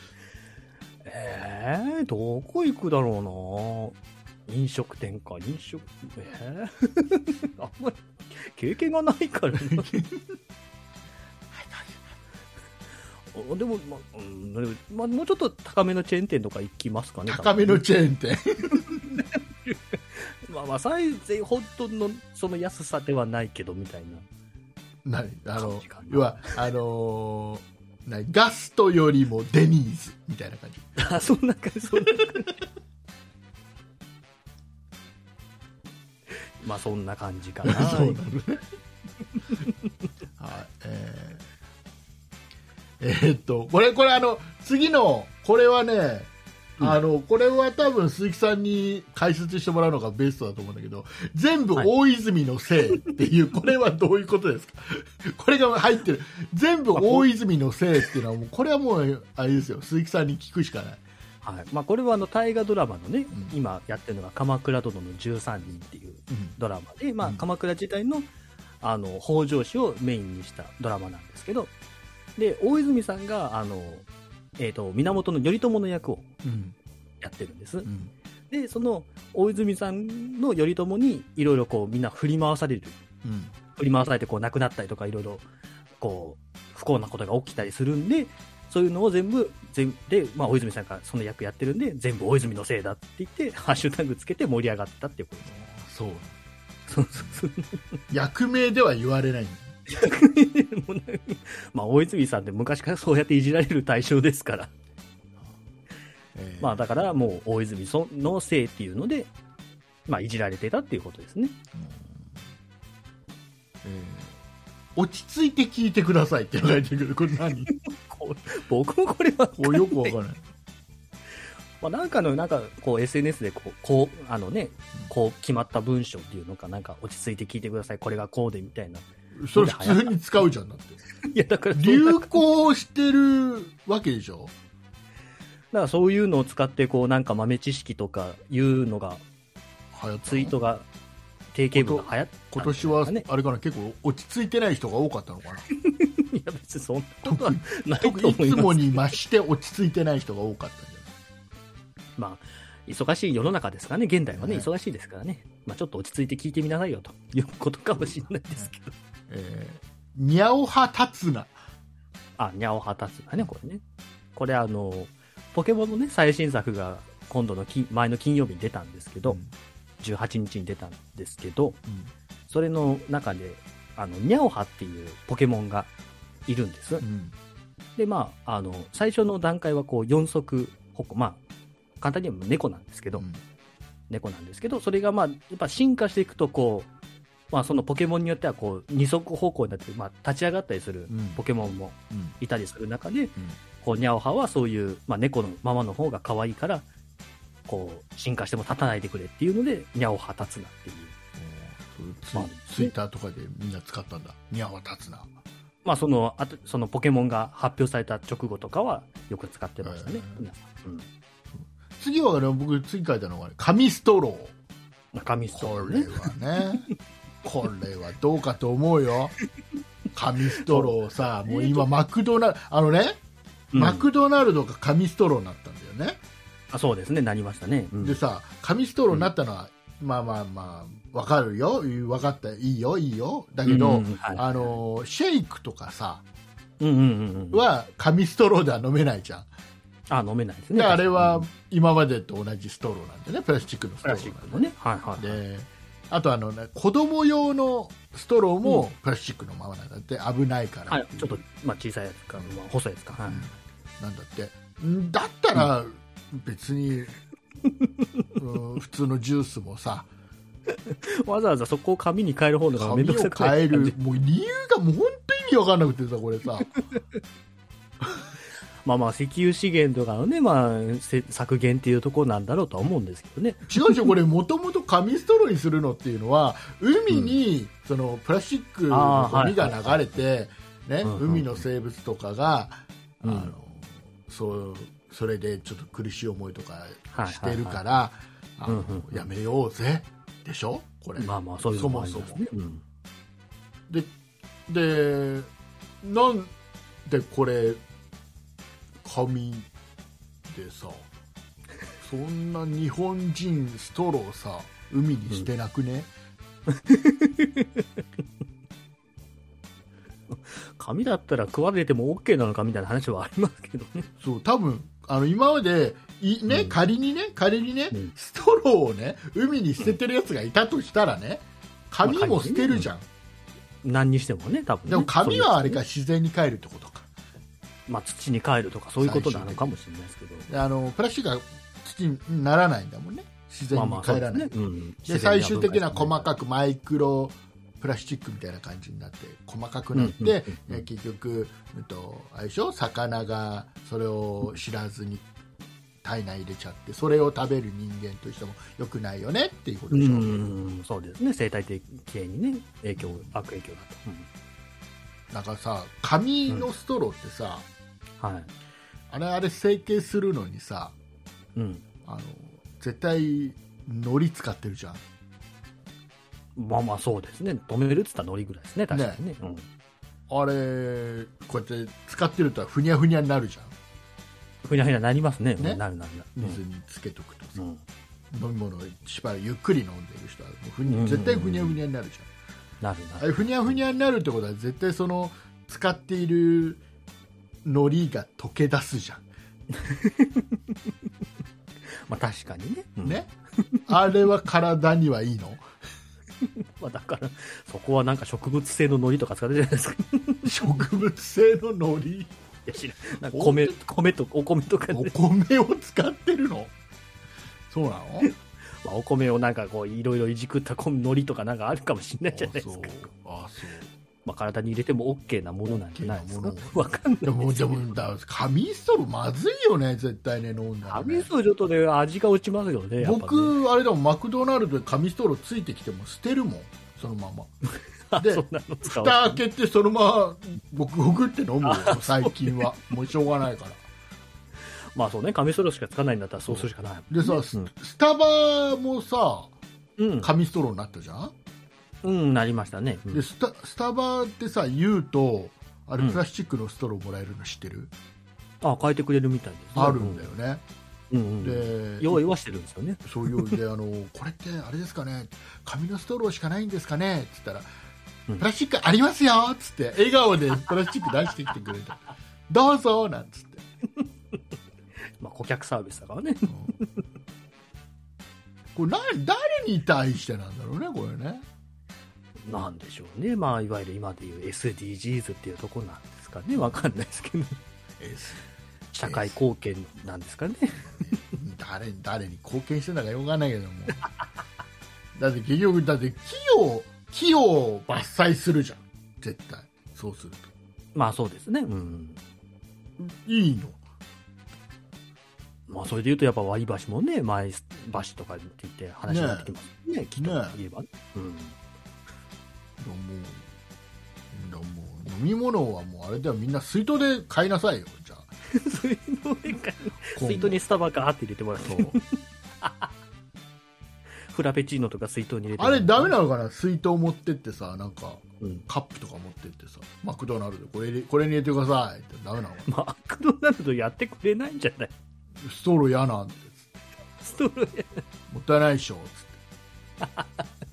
どこ行くだろうな。飲食店か、あんまり経験がないからな。でも、もうちょっと高めのチェーン店とか行きますかね。 高めのチェーン店。 サイゼほどのその安さではないけどみたいな。 要はガストよりもデニーズみたいな感じ。 そんな感じ。そんな感じかな。 そうなのね。これ次のこれはね、これは多分鈴木さんに解説してもらうのがベストだと思うんだけど、全部大泉のせいっていう、これはどういうことですか？これが入ってる全部大泉のせいっていうのはもうこれはもうあれですよ、鈴木さんに聞くしかない。 はい。まあ、これは大河ドラマのね、 うん今やってるのが鎌倉殿の13人っていうドラマで、まあ、 うん鎌倉時代の、北条氏をメインにしたドラマなんですけど、で、大泉さんが、源頼朝の役をうんやってるんです。 うんで、その大泉さんの頼朝にいろいろこうみんな振り回される。 うん振り回されてこう亡くなったりとかいろいろこう不幸なことが起きたりするんで、そういうのを全部で、まあ、大泉さんがその役やってるんで、全部大泉のせいだって言ってハッシュタグつけて盛り上がったっていうことです。 そうそうそうそう。 役名では言われないんだ。 まあ大泉さんって昔からそうやっていじられる対象ですから、まあだからもう大泉のせいっていうので、まあいじられてたっていうことですね。 落ち着いて聞いてくださいって書いてるけど、これ何？ 僕もこれはよくわからない。 まあ、なんかこう SNS でこう決まった文章っていうのか、なんか落ち着いて聞いてください、これがこうでみたいな。 それ普通に使うじゃんだって。 いやだから流行してるわけでしょ。 だからそういうのを使ってこうなんか豆知識とかいうのがツイートが定型文が流行った今年はあれかな、結構落ち着いてない人が多かったのかな。 いや別にそんなことはないと思います。 いつもに増して落ち着いてない人が多かったんじゃない。 まあ忙しい世の中ですからね、現代はね、忙しいですからね、まあ、ちょっと落ち着いて聞いてみなさいよということかもしれないですけど、 にゃおはたつな、 にゃおはたつなね、これね、これポケモンのね最新作が今度の前の金曜日に出たんですけど、18日に出たんですけど、それの中でにゃおはっていうポケモンがいるんです、でまあ最初の段階はこう4足歩行、まあ簡単に言えば猫なんですけど、それがまあやっぱ進化していくとこう、まあ、そのポケモンによってはこう二足歩行になって、まあ、立ち上がったりするポケモンもいたりする中で、こうニャオハはそういう、まあ、猫のままの方が可愛いからこう進化しても立たないでくれっていうのでニャオハ立つなっていう、 ツイッターとかでみんな使ったんだ、ニャオハ立つな。 まあ、そのポケモンが発表された直後とかはよく使ってましたね、皆さん。 次は僕次書いたのが紙ストロー。 紙ストロー、ね、 これはねこれはどうかと思うよ。紙ストローさ、もう今マクドナルドマクドナルドが紙ストローになったんだよね。 そうですね、なりましたね。 でさ、紙ストローになったのは、まあまあまあわかるよ、分かった、いいよだけど、シェイクとかさ、は紙ストローでは飲めないじゃん。 飲めないですね。 であれは今までと同じストローなんでね、プラスチックのストローなんでね。で、あと子供用のストローもプラスチックのままなんだって、危ないから。 ちょっと、まあ、小さいやつか、まあ、細いやつか。 なんだって。だったら別に、普通のジュースもさ、 わざわざそこを紙に変える方がめんどくさく変える、もう理由がもう本当に意味わかんなくてさ、これさ。 まあまあ石油資源とかのね、まあ、削減っていうところなんだろうとは思うんですけどね。 違うこれもともと紙ストローにするのっていうのは、海にそのプラスチックのゴミが流れて、海の生物とかが、それでちょっと苦しい思いとかしてるから、やめようぜでしょ、これ。 まあまあそういうのもありますね。 でなんでこれ紙でさ、そんな日本人ストローさ海に捨てなくね、 紙だったら食われても OK なのかみたいな話はありますけどね。 そう、多分今まで仮にね、ストローをね海に捨ててるやつがいたとしたらね、紙も捨てるじゃん、 何にしてもね、多分ね。 でも紙はあれか、自然に帰るってことか。 まあ、土に帰るとかそういうことなのかもしれないですけど、 プラスチックが土にならないんだもんね、自然に帰らない。で最終的な細かくマイクロプラスチックみたいな感じになって細かくなって、結局あれでしょ、魚がそれを知らずに体内入れちゃって、それを食べる人間としても良くないよねっていうことでしょ。 そうですね、生態系にね悪影響だと。 なんかさ、紙のストローってさ、あれ成形するのにさ、 うん。 絶対海苔使ってるじゃん。 まあまあそうですね。止めるって言ったら海苔ぐらいですね、確かにね。うん。 あれこうやって使ってるとふにゃふにゃになるじゃん。 ふにゃふにゃなりりますね。 ねなるなるなる。 水につけとくとさ、 うん。 飲み物をしばらくゆっくり飲んでる人はもううん絶対ふにゃふにゃになるじゃん。 なるなる。 あれふにゃふにゃになるってことは絶対その使っている海苔が溶け出すじゃん、 まあ確かにね。うん、 ねあれは体にはいいの？ まあだから、そこはなんか植物性の海苔とか使ってるじゃないですか。 植物性の海苔、 いや知らんなんか米とお米とかで、 お米を使ってるの？そうなの？ まあ、お米をなんかこういろいろいじくった海苔とかなんかあるかもしれないじゃないですか。 あそうまあ、体に入れても OK なものなんじゃないですか。 OK わかんないでも紙ストローまずいよね絶対ね、飲んだら、ね、 紙ストローちょっとね味が落ちますよね。やっぱね僕あれだもん、マクドナルドで紙ストローついてきても捨てるもん、そのままでそんなの使う蓋開けてそのままゴクゴクって飲むよ最近はもうしょうがないから。 まあそうね、紙ストローしかつかないんだったらそうするしかないでさ、 うん、 スタバもさうん、 紙ストローになったじゃん、 うん、なりましたね。うん、 でスタバってさ言うとあれうんプラスチックのストローもらえるの知ってる？ あ、変えてくれるみたいですね。 あるんだよね、 うんうん、 で用意はしてるんですよね。 そういうでこれってあれですかね、紙のストローしかないんですかねって言ったら、 うんプラスチックありますよっつって笑顔でプラスチック出してきてくれてどうぞなんつってまあ顧客サービスだからね。 これ誰に対してなんだろうね、これね。 なんでしょうね。まあいわゆる今でいう SDGs っていうところなんですかね。わかんないですけど、社会貢献なんですかね。 誰に貢献してんだかよくわかんないけどもだって結局木を伐採するじゃん絶対、そうするとまあそうですね。うん。 いいの？ まあそれで言うとやっぱ割り箸もね、前箸とかって言って話になってきますね。木と言えばね。うん。 もう飲み物はもうあれではみんな水筒で買いなさいよ、じゃあ水筒にスタバカーって入れてもらうとフラペチーノとか水筒に入れてあれダメなのかな、水筒持ってってさ、なんか、 うん、 カップとか持ってってさ、マクドナルドでこれに入れてくださいってダメなのかな。 マクドナルドやってくれないんじゃない？ ストロー嫌なんでストローもったいないでしょつって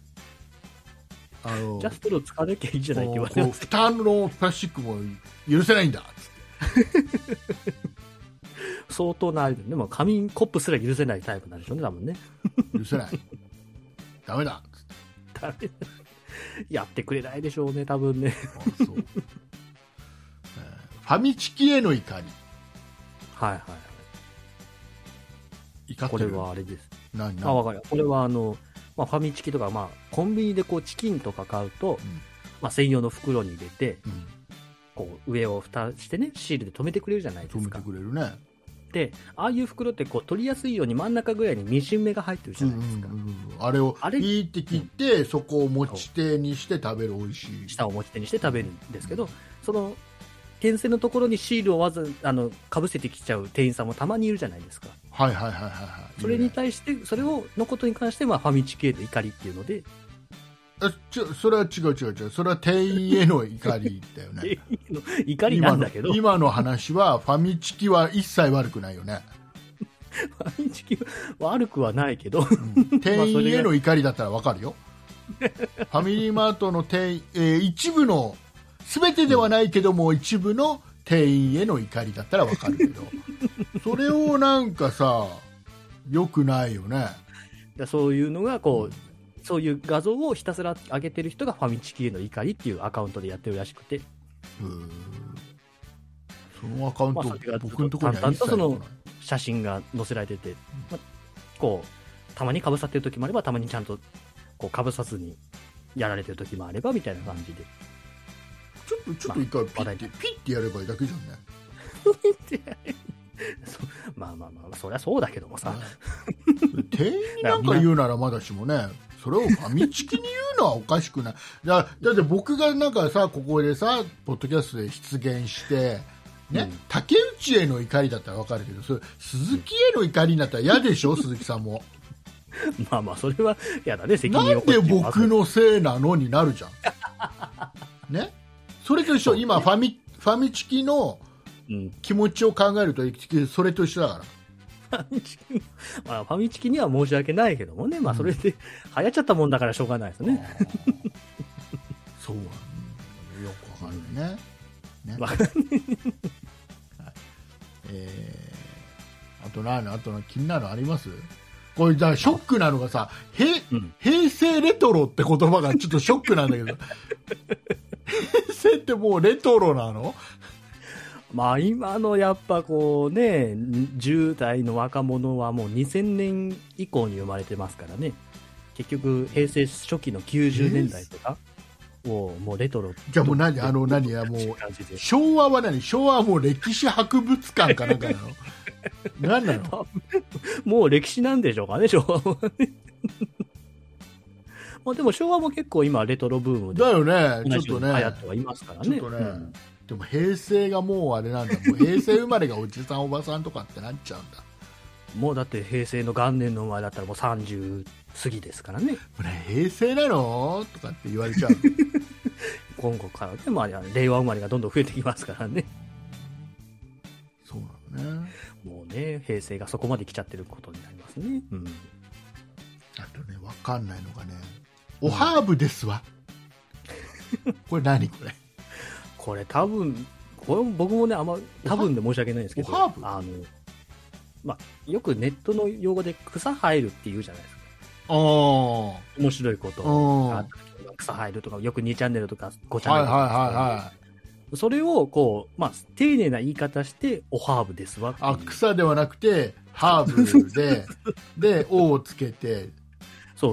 じゃあストロー使わなきゃいいじゃないって言われます。 蓋のプラスチックも許せないんだっつって相当なあれで、でも紙コップすら許せないタイプなんでしょうね、多分ね。 許せないダメだっつってダメやってくれないでしょうね、多分ね。 そうファミチキへの怒り。 はいはいはい。 怒ってる。 これはあれです。 何わかる。これはまあ、ファミチキとか、まあ、コンビニでこうチキンとか買うと、まあ、専用の袋に入れて、こう上を蓋してね、シールで留めてくれるじゃないですか。 止めてくれるね。 で、ああいう袋ってこう取りやすいように真ん中ぐらいにミシン目が入ってるじゃないですか。 あれをピーって切って、そこを持ち手にして食べる美味しい。 下を持ち手にして食べるんですけど、その点線のところにシールをわざかぶせてきちゃう店員さんもたまにいるじゃないですか。 はいはいはいはいはい。 それに対して、それのことに関してはファミチキへの怒りっていうので、 それは違う。それは店員への怒りだよね。 店員の怒りなんだけど、 今の話はファミチキは一切悪くないよね。 ファミチキは悪くはないけど、 店員への怒りだったらわかるよ。ファミリーマートの一部の全てではないけども、一部の店員への怒りだったらわかるけどそれをなんかさ良くないよね。 そういうのがこう、そういう画像をひたすら上げてる人がファミチキへの怒りっていうアカウントでやってるらしくて、 そのアカウント、 まあ、 僕のところには一切淡々とその写真が載せられてて、まあ、こうたまにかぶさってる時もあれば、たまにちゃんとこうかぶさずにやられてる時もあればみたいな感じで、 ちょっと一回ピッてやればいいだけじゃんねまあそりゃそうだけどもさ、 店員になんか言うならまだしもね、それをファミチキに言うのはおかしくない。だって僕がなんかさ、ここでさポッドキャストで出現してね、竹内への怒りだったら分かるけど、それ鈴木への怒りになったら嫌でしょ鈴木さんも。 まあまあ、それは嫌だね、責任を。 なんで僕のせいなのになるじゃん。ね。それと一緒、今ファミチキの気持ちを考えると、それと一緒だから。 まあ、ファミチキには申し訳ないけどもね、まあ、それで流行っちゃったもんだからしょうがないですね。 そうなんだ。よくわかるね。ね。 わかんない。 あと気になるのあります？これ、ショックなのがさ、平成レトロって言葉がちょっとショックなんだけど、平成ってもうレトロなの？ まあ今のやっぱこうね、10代の若者はもう2000年以降に生まれてますからね。結局平成初期の90年代とかをもうレトロ。 じゃあもうもう昭和は昭和はもう歴史博物館かなんかなの？何なの？ もう歴史なんでしょうかね、昭和はね。まあでも昭和も結構今レトロブームで。 だよね、ちょっとね。 流行ってはいますからね。 ちょっとね。でも平成がもうあれなんだ。もう平成生まれがおじさんおばさんとかってなっちゃうんだ。 もうだって平成の元年の前だったらもう30過ぎですからね。 平成なのとかって言われちゃう。 今後からね、まあ令和生まれがどんどん増えてきますからね。 そうなのね。 もうね、平成がそこまで来ちゃってることになりますね。うん。 あとね、わかんないのがね、おハーブですわ。これ何これ？ これ多分、これ僕もね、多分で申し訳ないんですけど、 おハーブ？ まあ、よくネットの用語で草生えるって言うじゃないですか。 面白いことが草生えるとか、よく2チャンネルとか5チャンネルとか。それをこう、まあ、丁寧な言い方して、おハーブですわっていう。 草ではなくて、ハーブで、で、おをつけて。 そう。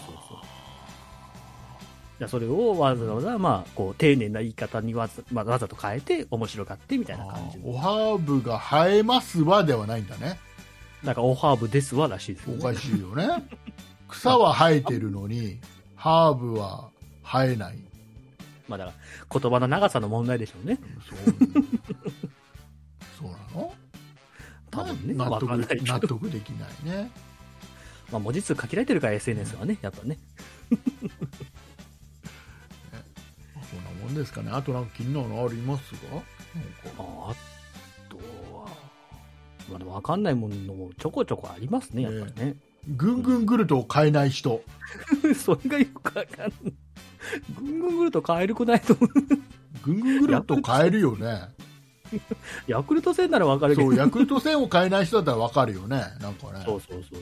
それをわざわざ、まあ、こう丁寧な言い方にわざと変えて面白がってみたいな感じ。 おハーブが生えますわではないんだね。 なんかおハーブですわらしいですよね。 おかしいよね。草は生えてるのにハーブは生えない。 まあだから言葉の長さの問題でしょうね。 そうなの？ 多分ね。 納得できないね。 まあ文字数限られてるから SNS はね、やっぱね。 そんなもんですかね。あとなんか気になるのありますか？ あとは、まあでも分かんないものもちょこちょこありますね、やっぱりね。 ぐんぐんぐるとを買えない人。 それがよくわかんない。ぐんぐんぐると買えるくないと思う。 ぐんぐんぐると買えるよね。 ヤクルト1000なら分かるけど。 そう、ヤクルト1000を買えない人だったら分かるよね。なんかね。 そう。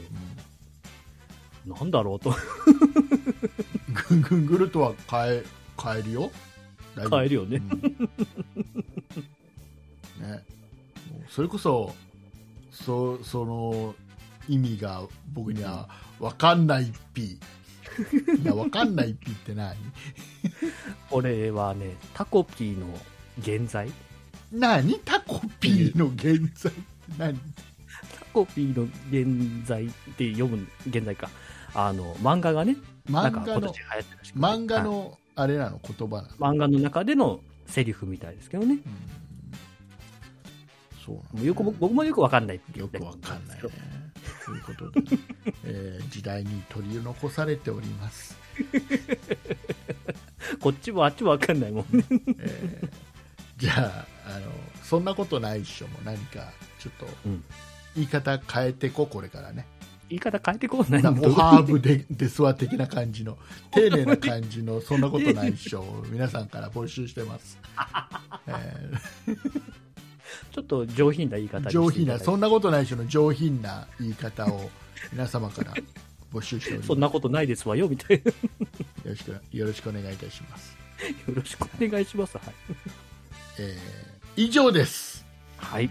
なんだろうと。 ぐんぐんぐるとは買えるよ。 買えるよね。 ね。それこそその意味が僕には分かんないっぴ。いや、分かんないっぴって何？ これはね、タコピーの現在。 何？タコピーの現在って何？ タコピーの現在って読む現在か。漫画がね、なんか今年流行ってるらしくて。 漫画のあれなの、言葉なの？ 漫画の中でのセリフみたいですけどね。 そうなんね、 僕もよくわかんないってよくわかんないね。ということで、時代に取り残されております。 こっちもあっちもわかんないもんね。 じゃあ、そんなことないっしょも何かちょっと言い方変えてこ、これからね。 言い方変えてこうない。 おハーブですわ的な感じの丁寧な感じのそんなことないっしょを皆さんから募集してます。 ちょっと上品な言い方に上品な、そんなことないっしょの上品な言い方を皆様から募集しております。 そんなことないですわよみたいな。 よろしくお願いいたします。 よろしくお願いします。はい。 以上です。 はい。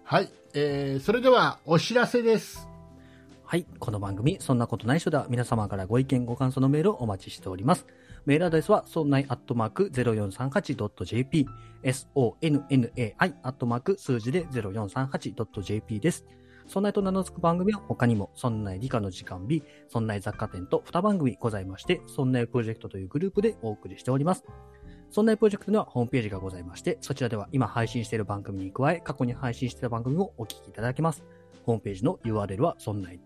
はい、それではお知らせです。 はい。この番組、そんなことないっしょでは、皆様からご意見、ご感想のメールをお待ちしております。メールアドレスは、sonnai@0438.jp、sonnai@ 数字で 0438.jp です。そんないと名の付く番組は他にも、そんない理科の時間 B、そんない雑貨店と2番組ございまして、そんないプロジェクトというグループでお送りしております。そんないプロジェクトにはホームページがございまして、そちらでは今配信している番組に加え、過去に配信している番組もお聞きいただけます。ホームページの URL は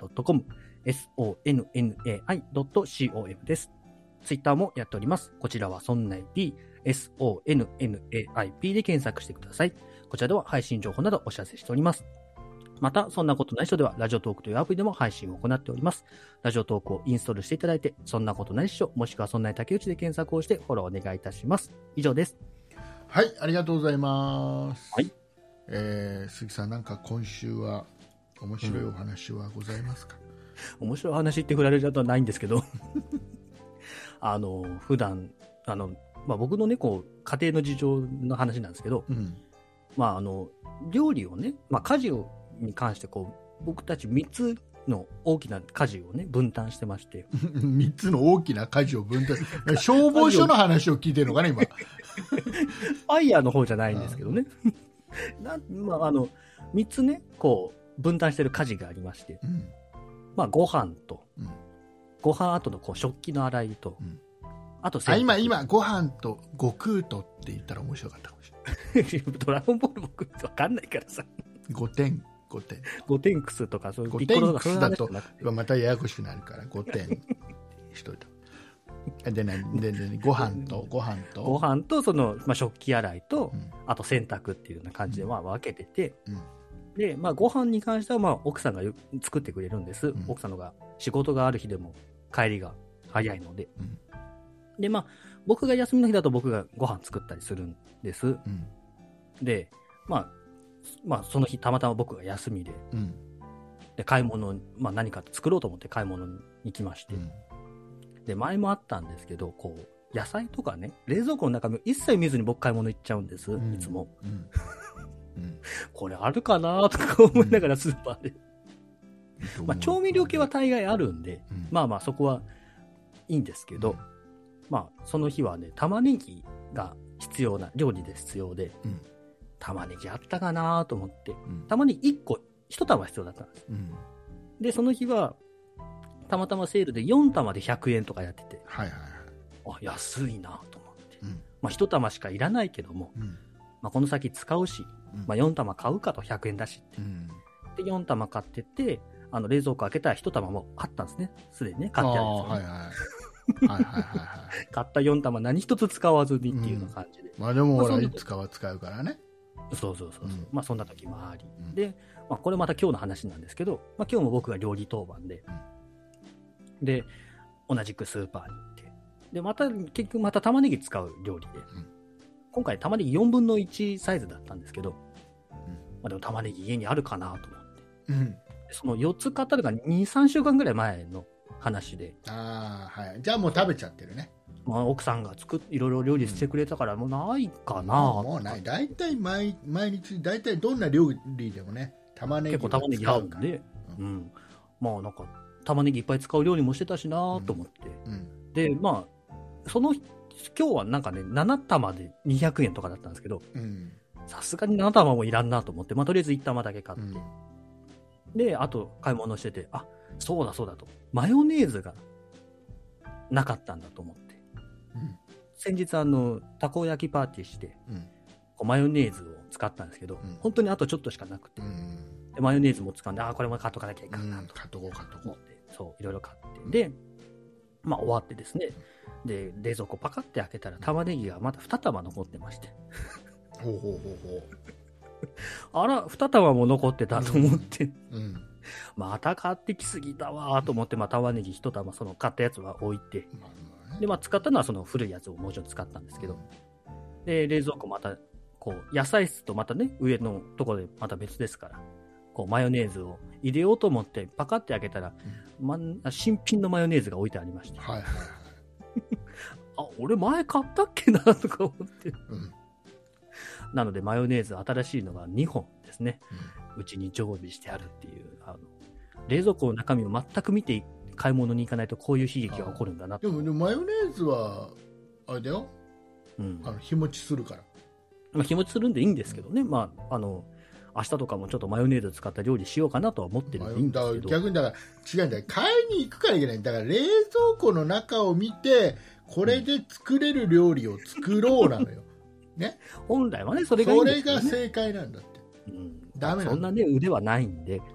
sonnai.com、sonnai.com です。ツイッターもやっております。こちらは sonnaip、sonnaip で検索してください。こちらでは配信情報などお知らせしております。また、そんなことないっしょでは、ラジオトークというアプリでも配信を行っております。ラジオトークをインストールしていただいて、そんなことないっしょ、もしくはそんない竹内で検索をしてフォローお願いいたします。以上です。 はい、ありがとうございます。 はい。 鈴木さん、なんか今週は面白いお話はございますか？ 面白い話って振られることはないんですけど、普段、僕のね、家庭の事情の話なんですけど、料理をね、家事に関して僕たち3つの大きな家事をね、分担してまして。 3つの大きな家事を分担消防署の話を聞いてるのかな、今。 ファイヤーの方じゃないんですけどね。3つね、分担してる家事がありまして。ご飯と、ご飯後の食器の洗いと、あと今、ご飯と悟空とって言ったら面白かったかもしれない。 ドラゴンボール僕わかんないからさ。 5点クスとかそういう 5点クスだとまたややこしくなるから5点しといた。でご飯とその、食器洗いと、あと洗濯っていうような感じで分けてて、で、ご飯に関しては奥さんが作ってくれるんです。奥さんのが仕事がある日でも帰りが早いので。で、僕が休みの日だと僕がご飯作ったりするんです。で、その日たまたま僕が休みで、で買い物、何か作ろうと思って買い物に行きまして、で前もあったんですけど、野菜とかね、冷蔵庫の中身を一切見ずに僕買い物行っちゃうんです、いつも。これあるかなとか思いながらスーパーで、調味料系は大概あるんで、そこはいいんですけど、その日はね、玉ねぎが必要な、料理で必要で、玉ねぎあったかなと思って、玉ねぎ1束必要だったんです。で、その日は、たまたまセールで4玉で100円とかやってて、安いなと思って。1玉しかいらないけども、この先使うし、4玉買うかと100円だしって。で、4玉買ってて、冷蔵庫開けたら1玉もあったんですね。すでにね、買ってあるんですよね。買った4玉何一つ使わずにっていうような感じで。 でもほら、いつかは使うからね。 そう。そんな時もあり。で、これまた今日の話なんですけど、今日も僕が料理当番で、で、同じくスーパーに行って、で、結局また玉ねぎ使う料理で、今回玉ねぎ4分の1サイズだったんですけど、でも玉ねぎ家にあるかなと思って、その4つ買ったのが2、3週間ぐらい前の話で。 じゃあもう食べちゃってるね。 奥さんがいろいろ料理してくれたからもうないかな、 もうない。大体毎日、大体どんな料理でもね、玉ねぎを使うから。 結構玉ねぎ合うんで、なんか玉ねぎいっぱい使う料理もしてたしなと思って、で、今日はなんかね、7玉で200円とかだったんですけど、さすがに7玉もいらんなと思って、とりあえず1玉だけ買って、で、あと買い物してて、そうだと。マヨネーズがなかったんだと思って。先日たこ焼きパーティーして、マヨネーズを使ったんですけど、本当にあとちょっとしかなくて、でマヨネーズも使うんで、これも買っとかなきゃいけないなと。 買っとこう。 そう、いろいろ買って。で、終わってですね、で、冷蔵庫パカって開けたら玉ねぎがまだ2玉残ってまして。あら、2玉も残ってたと思って。また買ってきすぎたわと思って、玉ねぎ1玉、その買ったやつは置いて、で、使ったのはその古いやつをもうちょっと使ったんですけど、で、冷蔵庫また、野菜室とまたね、上のところでまた別ですから、マヨネーズを入れようと思って、パカって開けたら、新品のマヨネーズが置いてありまして。俺前買ったっけなとか思って。なので、マヨネーズ新しいのが2本ですね。 うちに常備してあるっていう、冷蔵庫の中身を全く見て買い物に行かないとこういう悲劇が起こるんだなと。 でもマヨネーズはあれだよ、日持ちするから。 まあ、日持ちするんでいいんですけどね、まあ、明日とかもちょっとマヨネーズ使った料理しようかなとは思ってるんでいいんですけど、 逆にだから違うんだよ、買いに行くからいけない。だから冷蔵庫の中を見てこれで作れる料理を作ろうなのよ、ね、 本来はねそれがいいんですけどね、 それが正解なんだって、ダメなんだ。 そんなね腕はないんで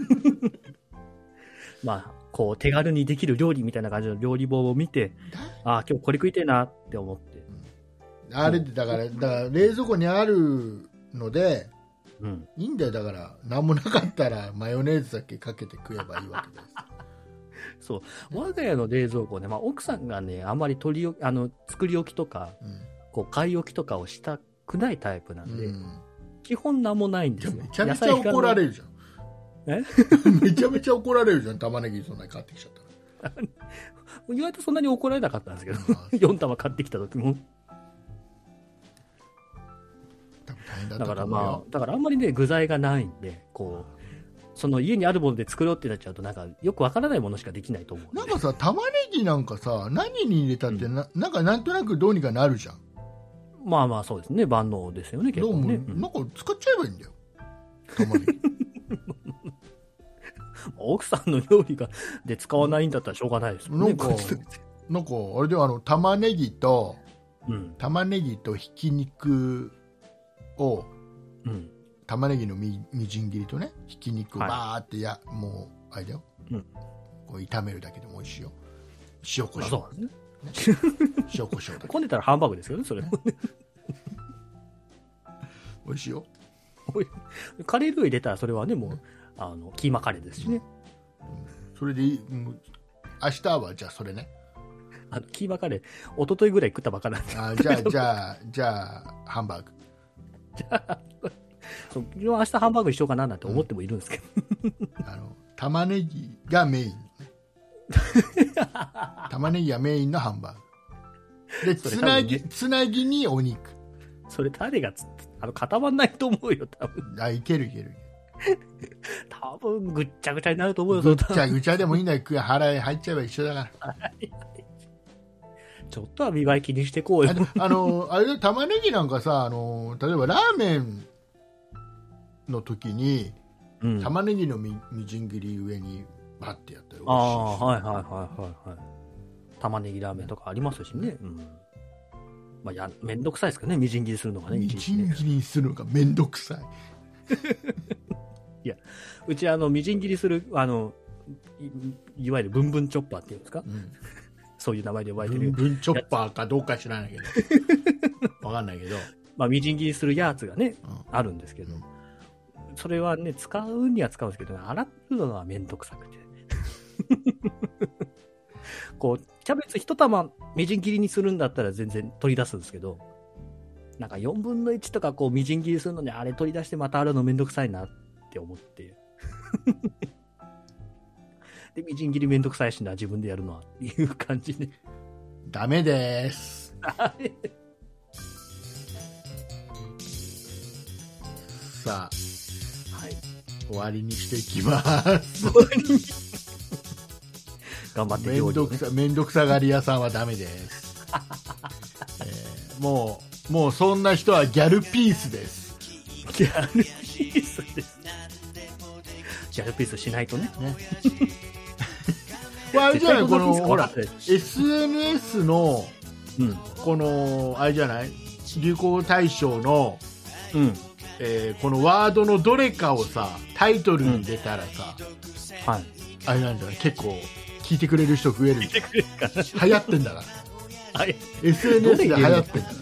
まあこう手軽にできる料理みたいな感じの料理本を見て、ああ今日これ食いたいなって思って、 あれだから冷蔵庫にあるので、いいんだよ。だから何もなかったらマヨネーズだけかけて食えばいいわけですそう、我が家の冷蔵庫ね、まあ、奥さんがねあんまり作り置きとか、こう買い置きとかをしたくないタイプなんで、基本なんもないんですよ。 めちゃめちゃ怒られるじゃん。めちゃめちゃ怒られるじゃん、玉ねぎそんなに買ってきちゃったら意外とそんなに怒られなかったんですけど4玉買ってきた時もだからまあだからあんまりね具材がないんで、こうその家にあるもので作ろうってなっちゃうとなんかよくわからないものしかできないと思う。 なんかさ、玉ねぎなんかさ、何に入れたってなんとなくどうにかなるじゃん。 まあまあそうですね、万能ですよね結構ね。 なんか使っちゃえばいいんだよ、玉ねぎ奥さんの料理で使わないんだったらしょうがないですもんね。 なんかあれでは玉ねぎとひき肉を、玉ねぎのみじん切りとね、ひき肉をバーってもうあれだよ、こう炒めるだけでも美味しいよ。塩コショウ、塩コショウだけ。 混んでたらハンバーグですよねそれも美味しいよ。 カレールー入れたらそれはねもうキーマカレーですしね。 それでいい。明日はじゃあそれね。 キーマカレー一昨日ぐらい食ったばっかなんで。 じゃあハンバーグ。 じゃあそう明日ハンバーグにしようかななんて思ってもいるんですけど、 玉ねぎがメイン玉ねぎがメインのハンバーグで、つなぎにお肉。 それ誰が固まんないと思うよ多分。 いける多分ぐっちゃぐちゃになると思うよ。 ぐっちゃぐちゃでもいいんだよ、腹入っちゃえば一緒だからちょっとは見栄え気にしてこうよ。 あれで玉ねぎなんかさ、例えばラーメンの時に、玉ねぎのみじん切り上にバッてやったら美味しいし。 はい。玉ねぎラーメンとかありますしね。まあめんどくさいですけどね、みじん切りするのがね。 みじん切りにするのがめんどくさい。 いや、うちみじん切りするいわゆるブンブンチョッパーっていうんですか。そういう名前で呼ばれてる。 ブンブンチョッパーかどうか知らないけど。わかんないけど。 まあみじん切りするやつがね、あるんですけど、それはね使うには使うんですけど、洗うのがめんどくさくて。こうキャベツ一玉みじん切りにするんだったら全然取り出すんですけど、なんか4分の1とかこうみじん切りするのにあれ取り出してまた洗うのめんどくさいなって思ってでみじん切りめんどくさいしな自分でやるのはっていう感じでダメですさあ、終わりにしていきます頑張って料理をね。 めんどくさがり屋さんはダメです、もうそんな人はギャルピースです。 ギャルピースです。ギャルピースしないとね。 あれじゃない、このほら SNS の、このあれじゃない、流行大賞の、このワードのどれかをさタイトルに出たらさ、あれなんじゃない、結構聞いてくれる人増える。流行ってんだから。SNS で流行ってんだ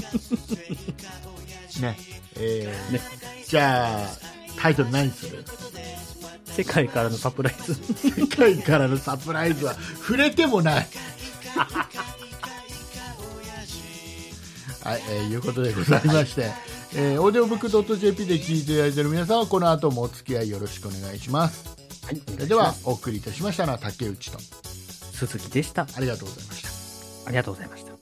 からね。じゃあタイトル何する？ 世界からのサプライズ。 世界からのサプライズは触れてもないはい、いうことでございまして、オーディオブックドット JP で聞いていただいている皆さんはこの後もお付き合いよろしくお願いします。はい、それではお送りいたしましたのは竹内と鈴木でした。 ありがとうございました。 ありがとうございました。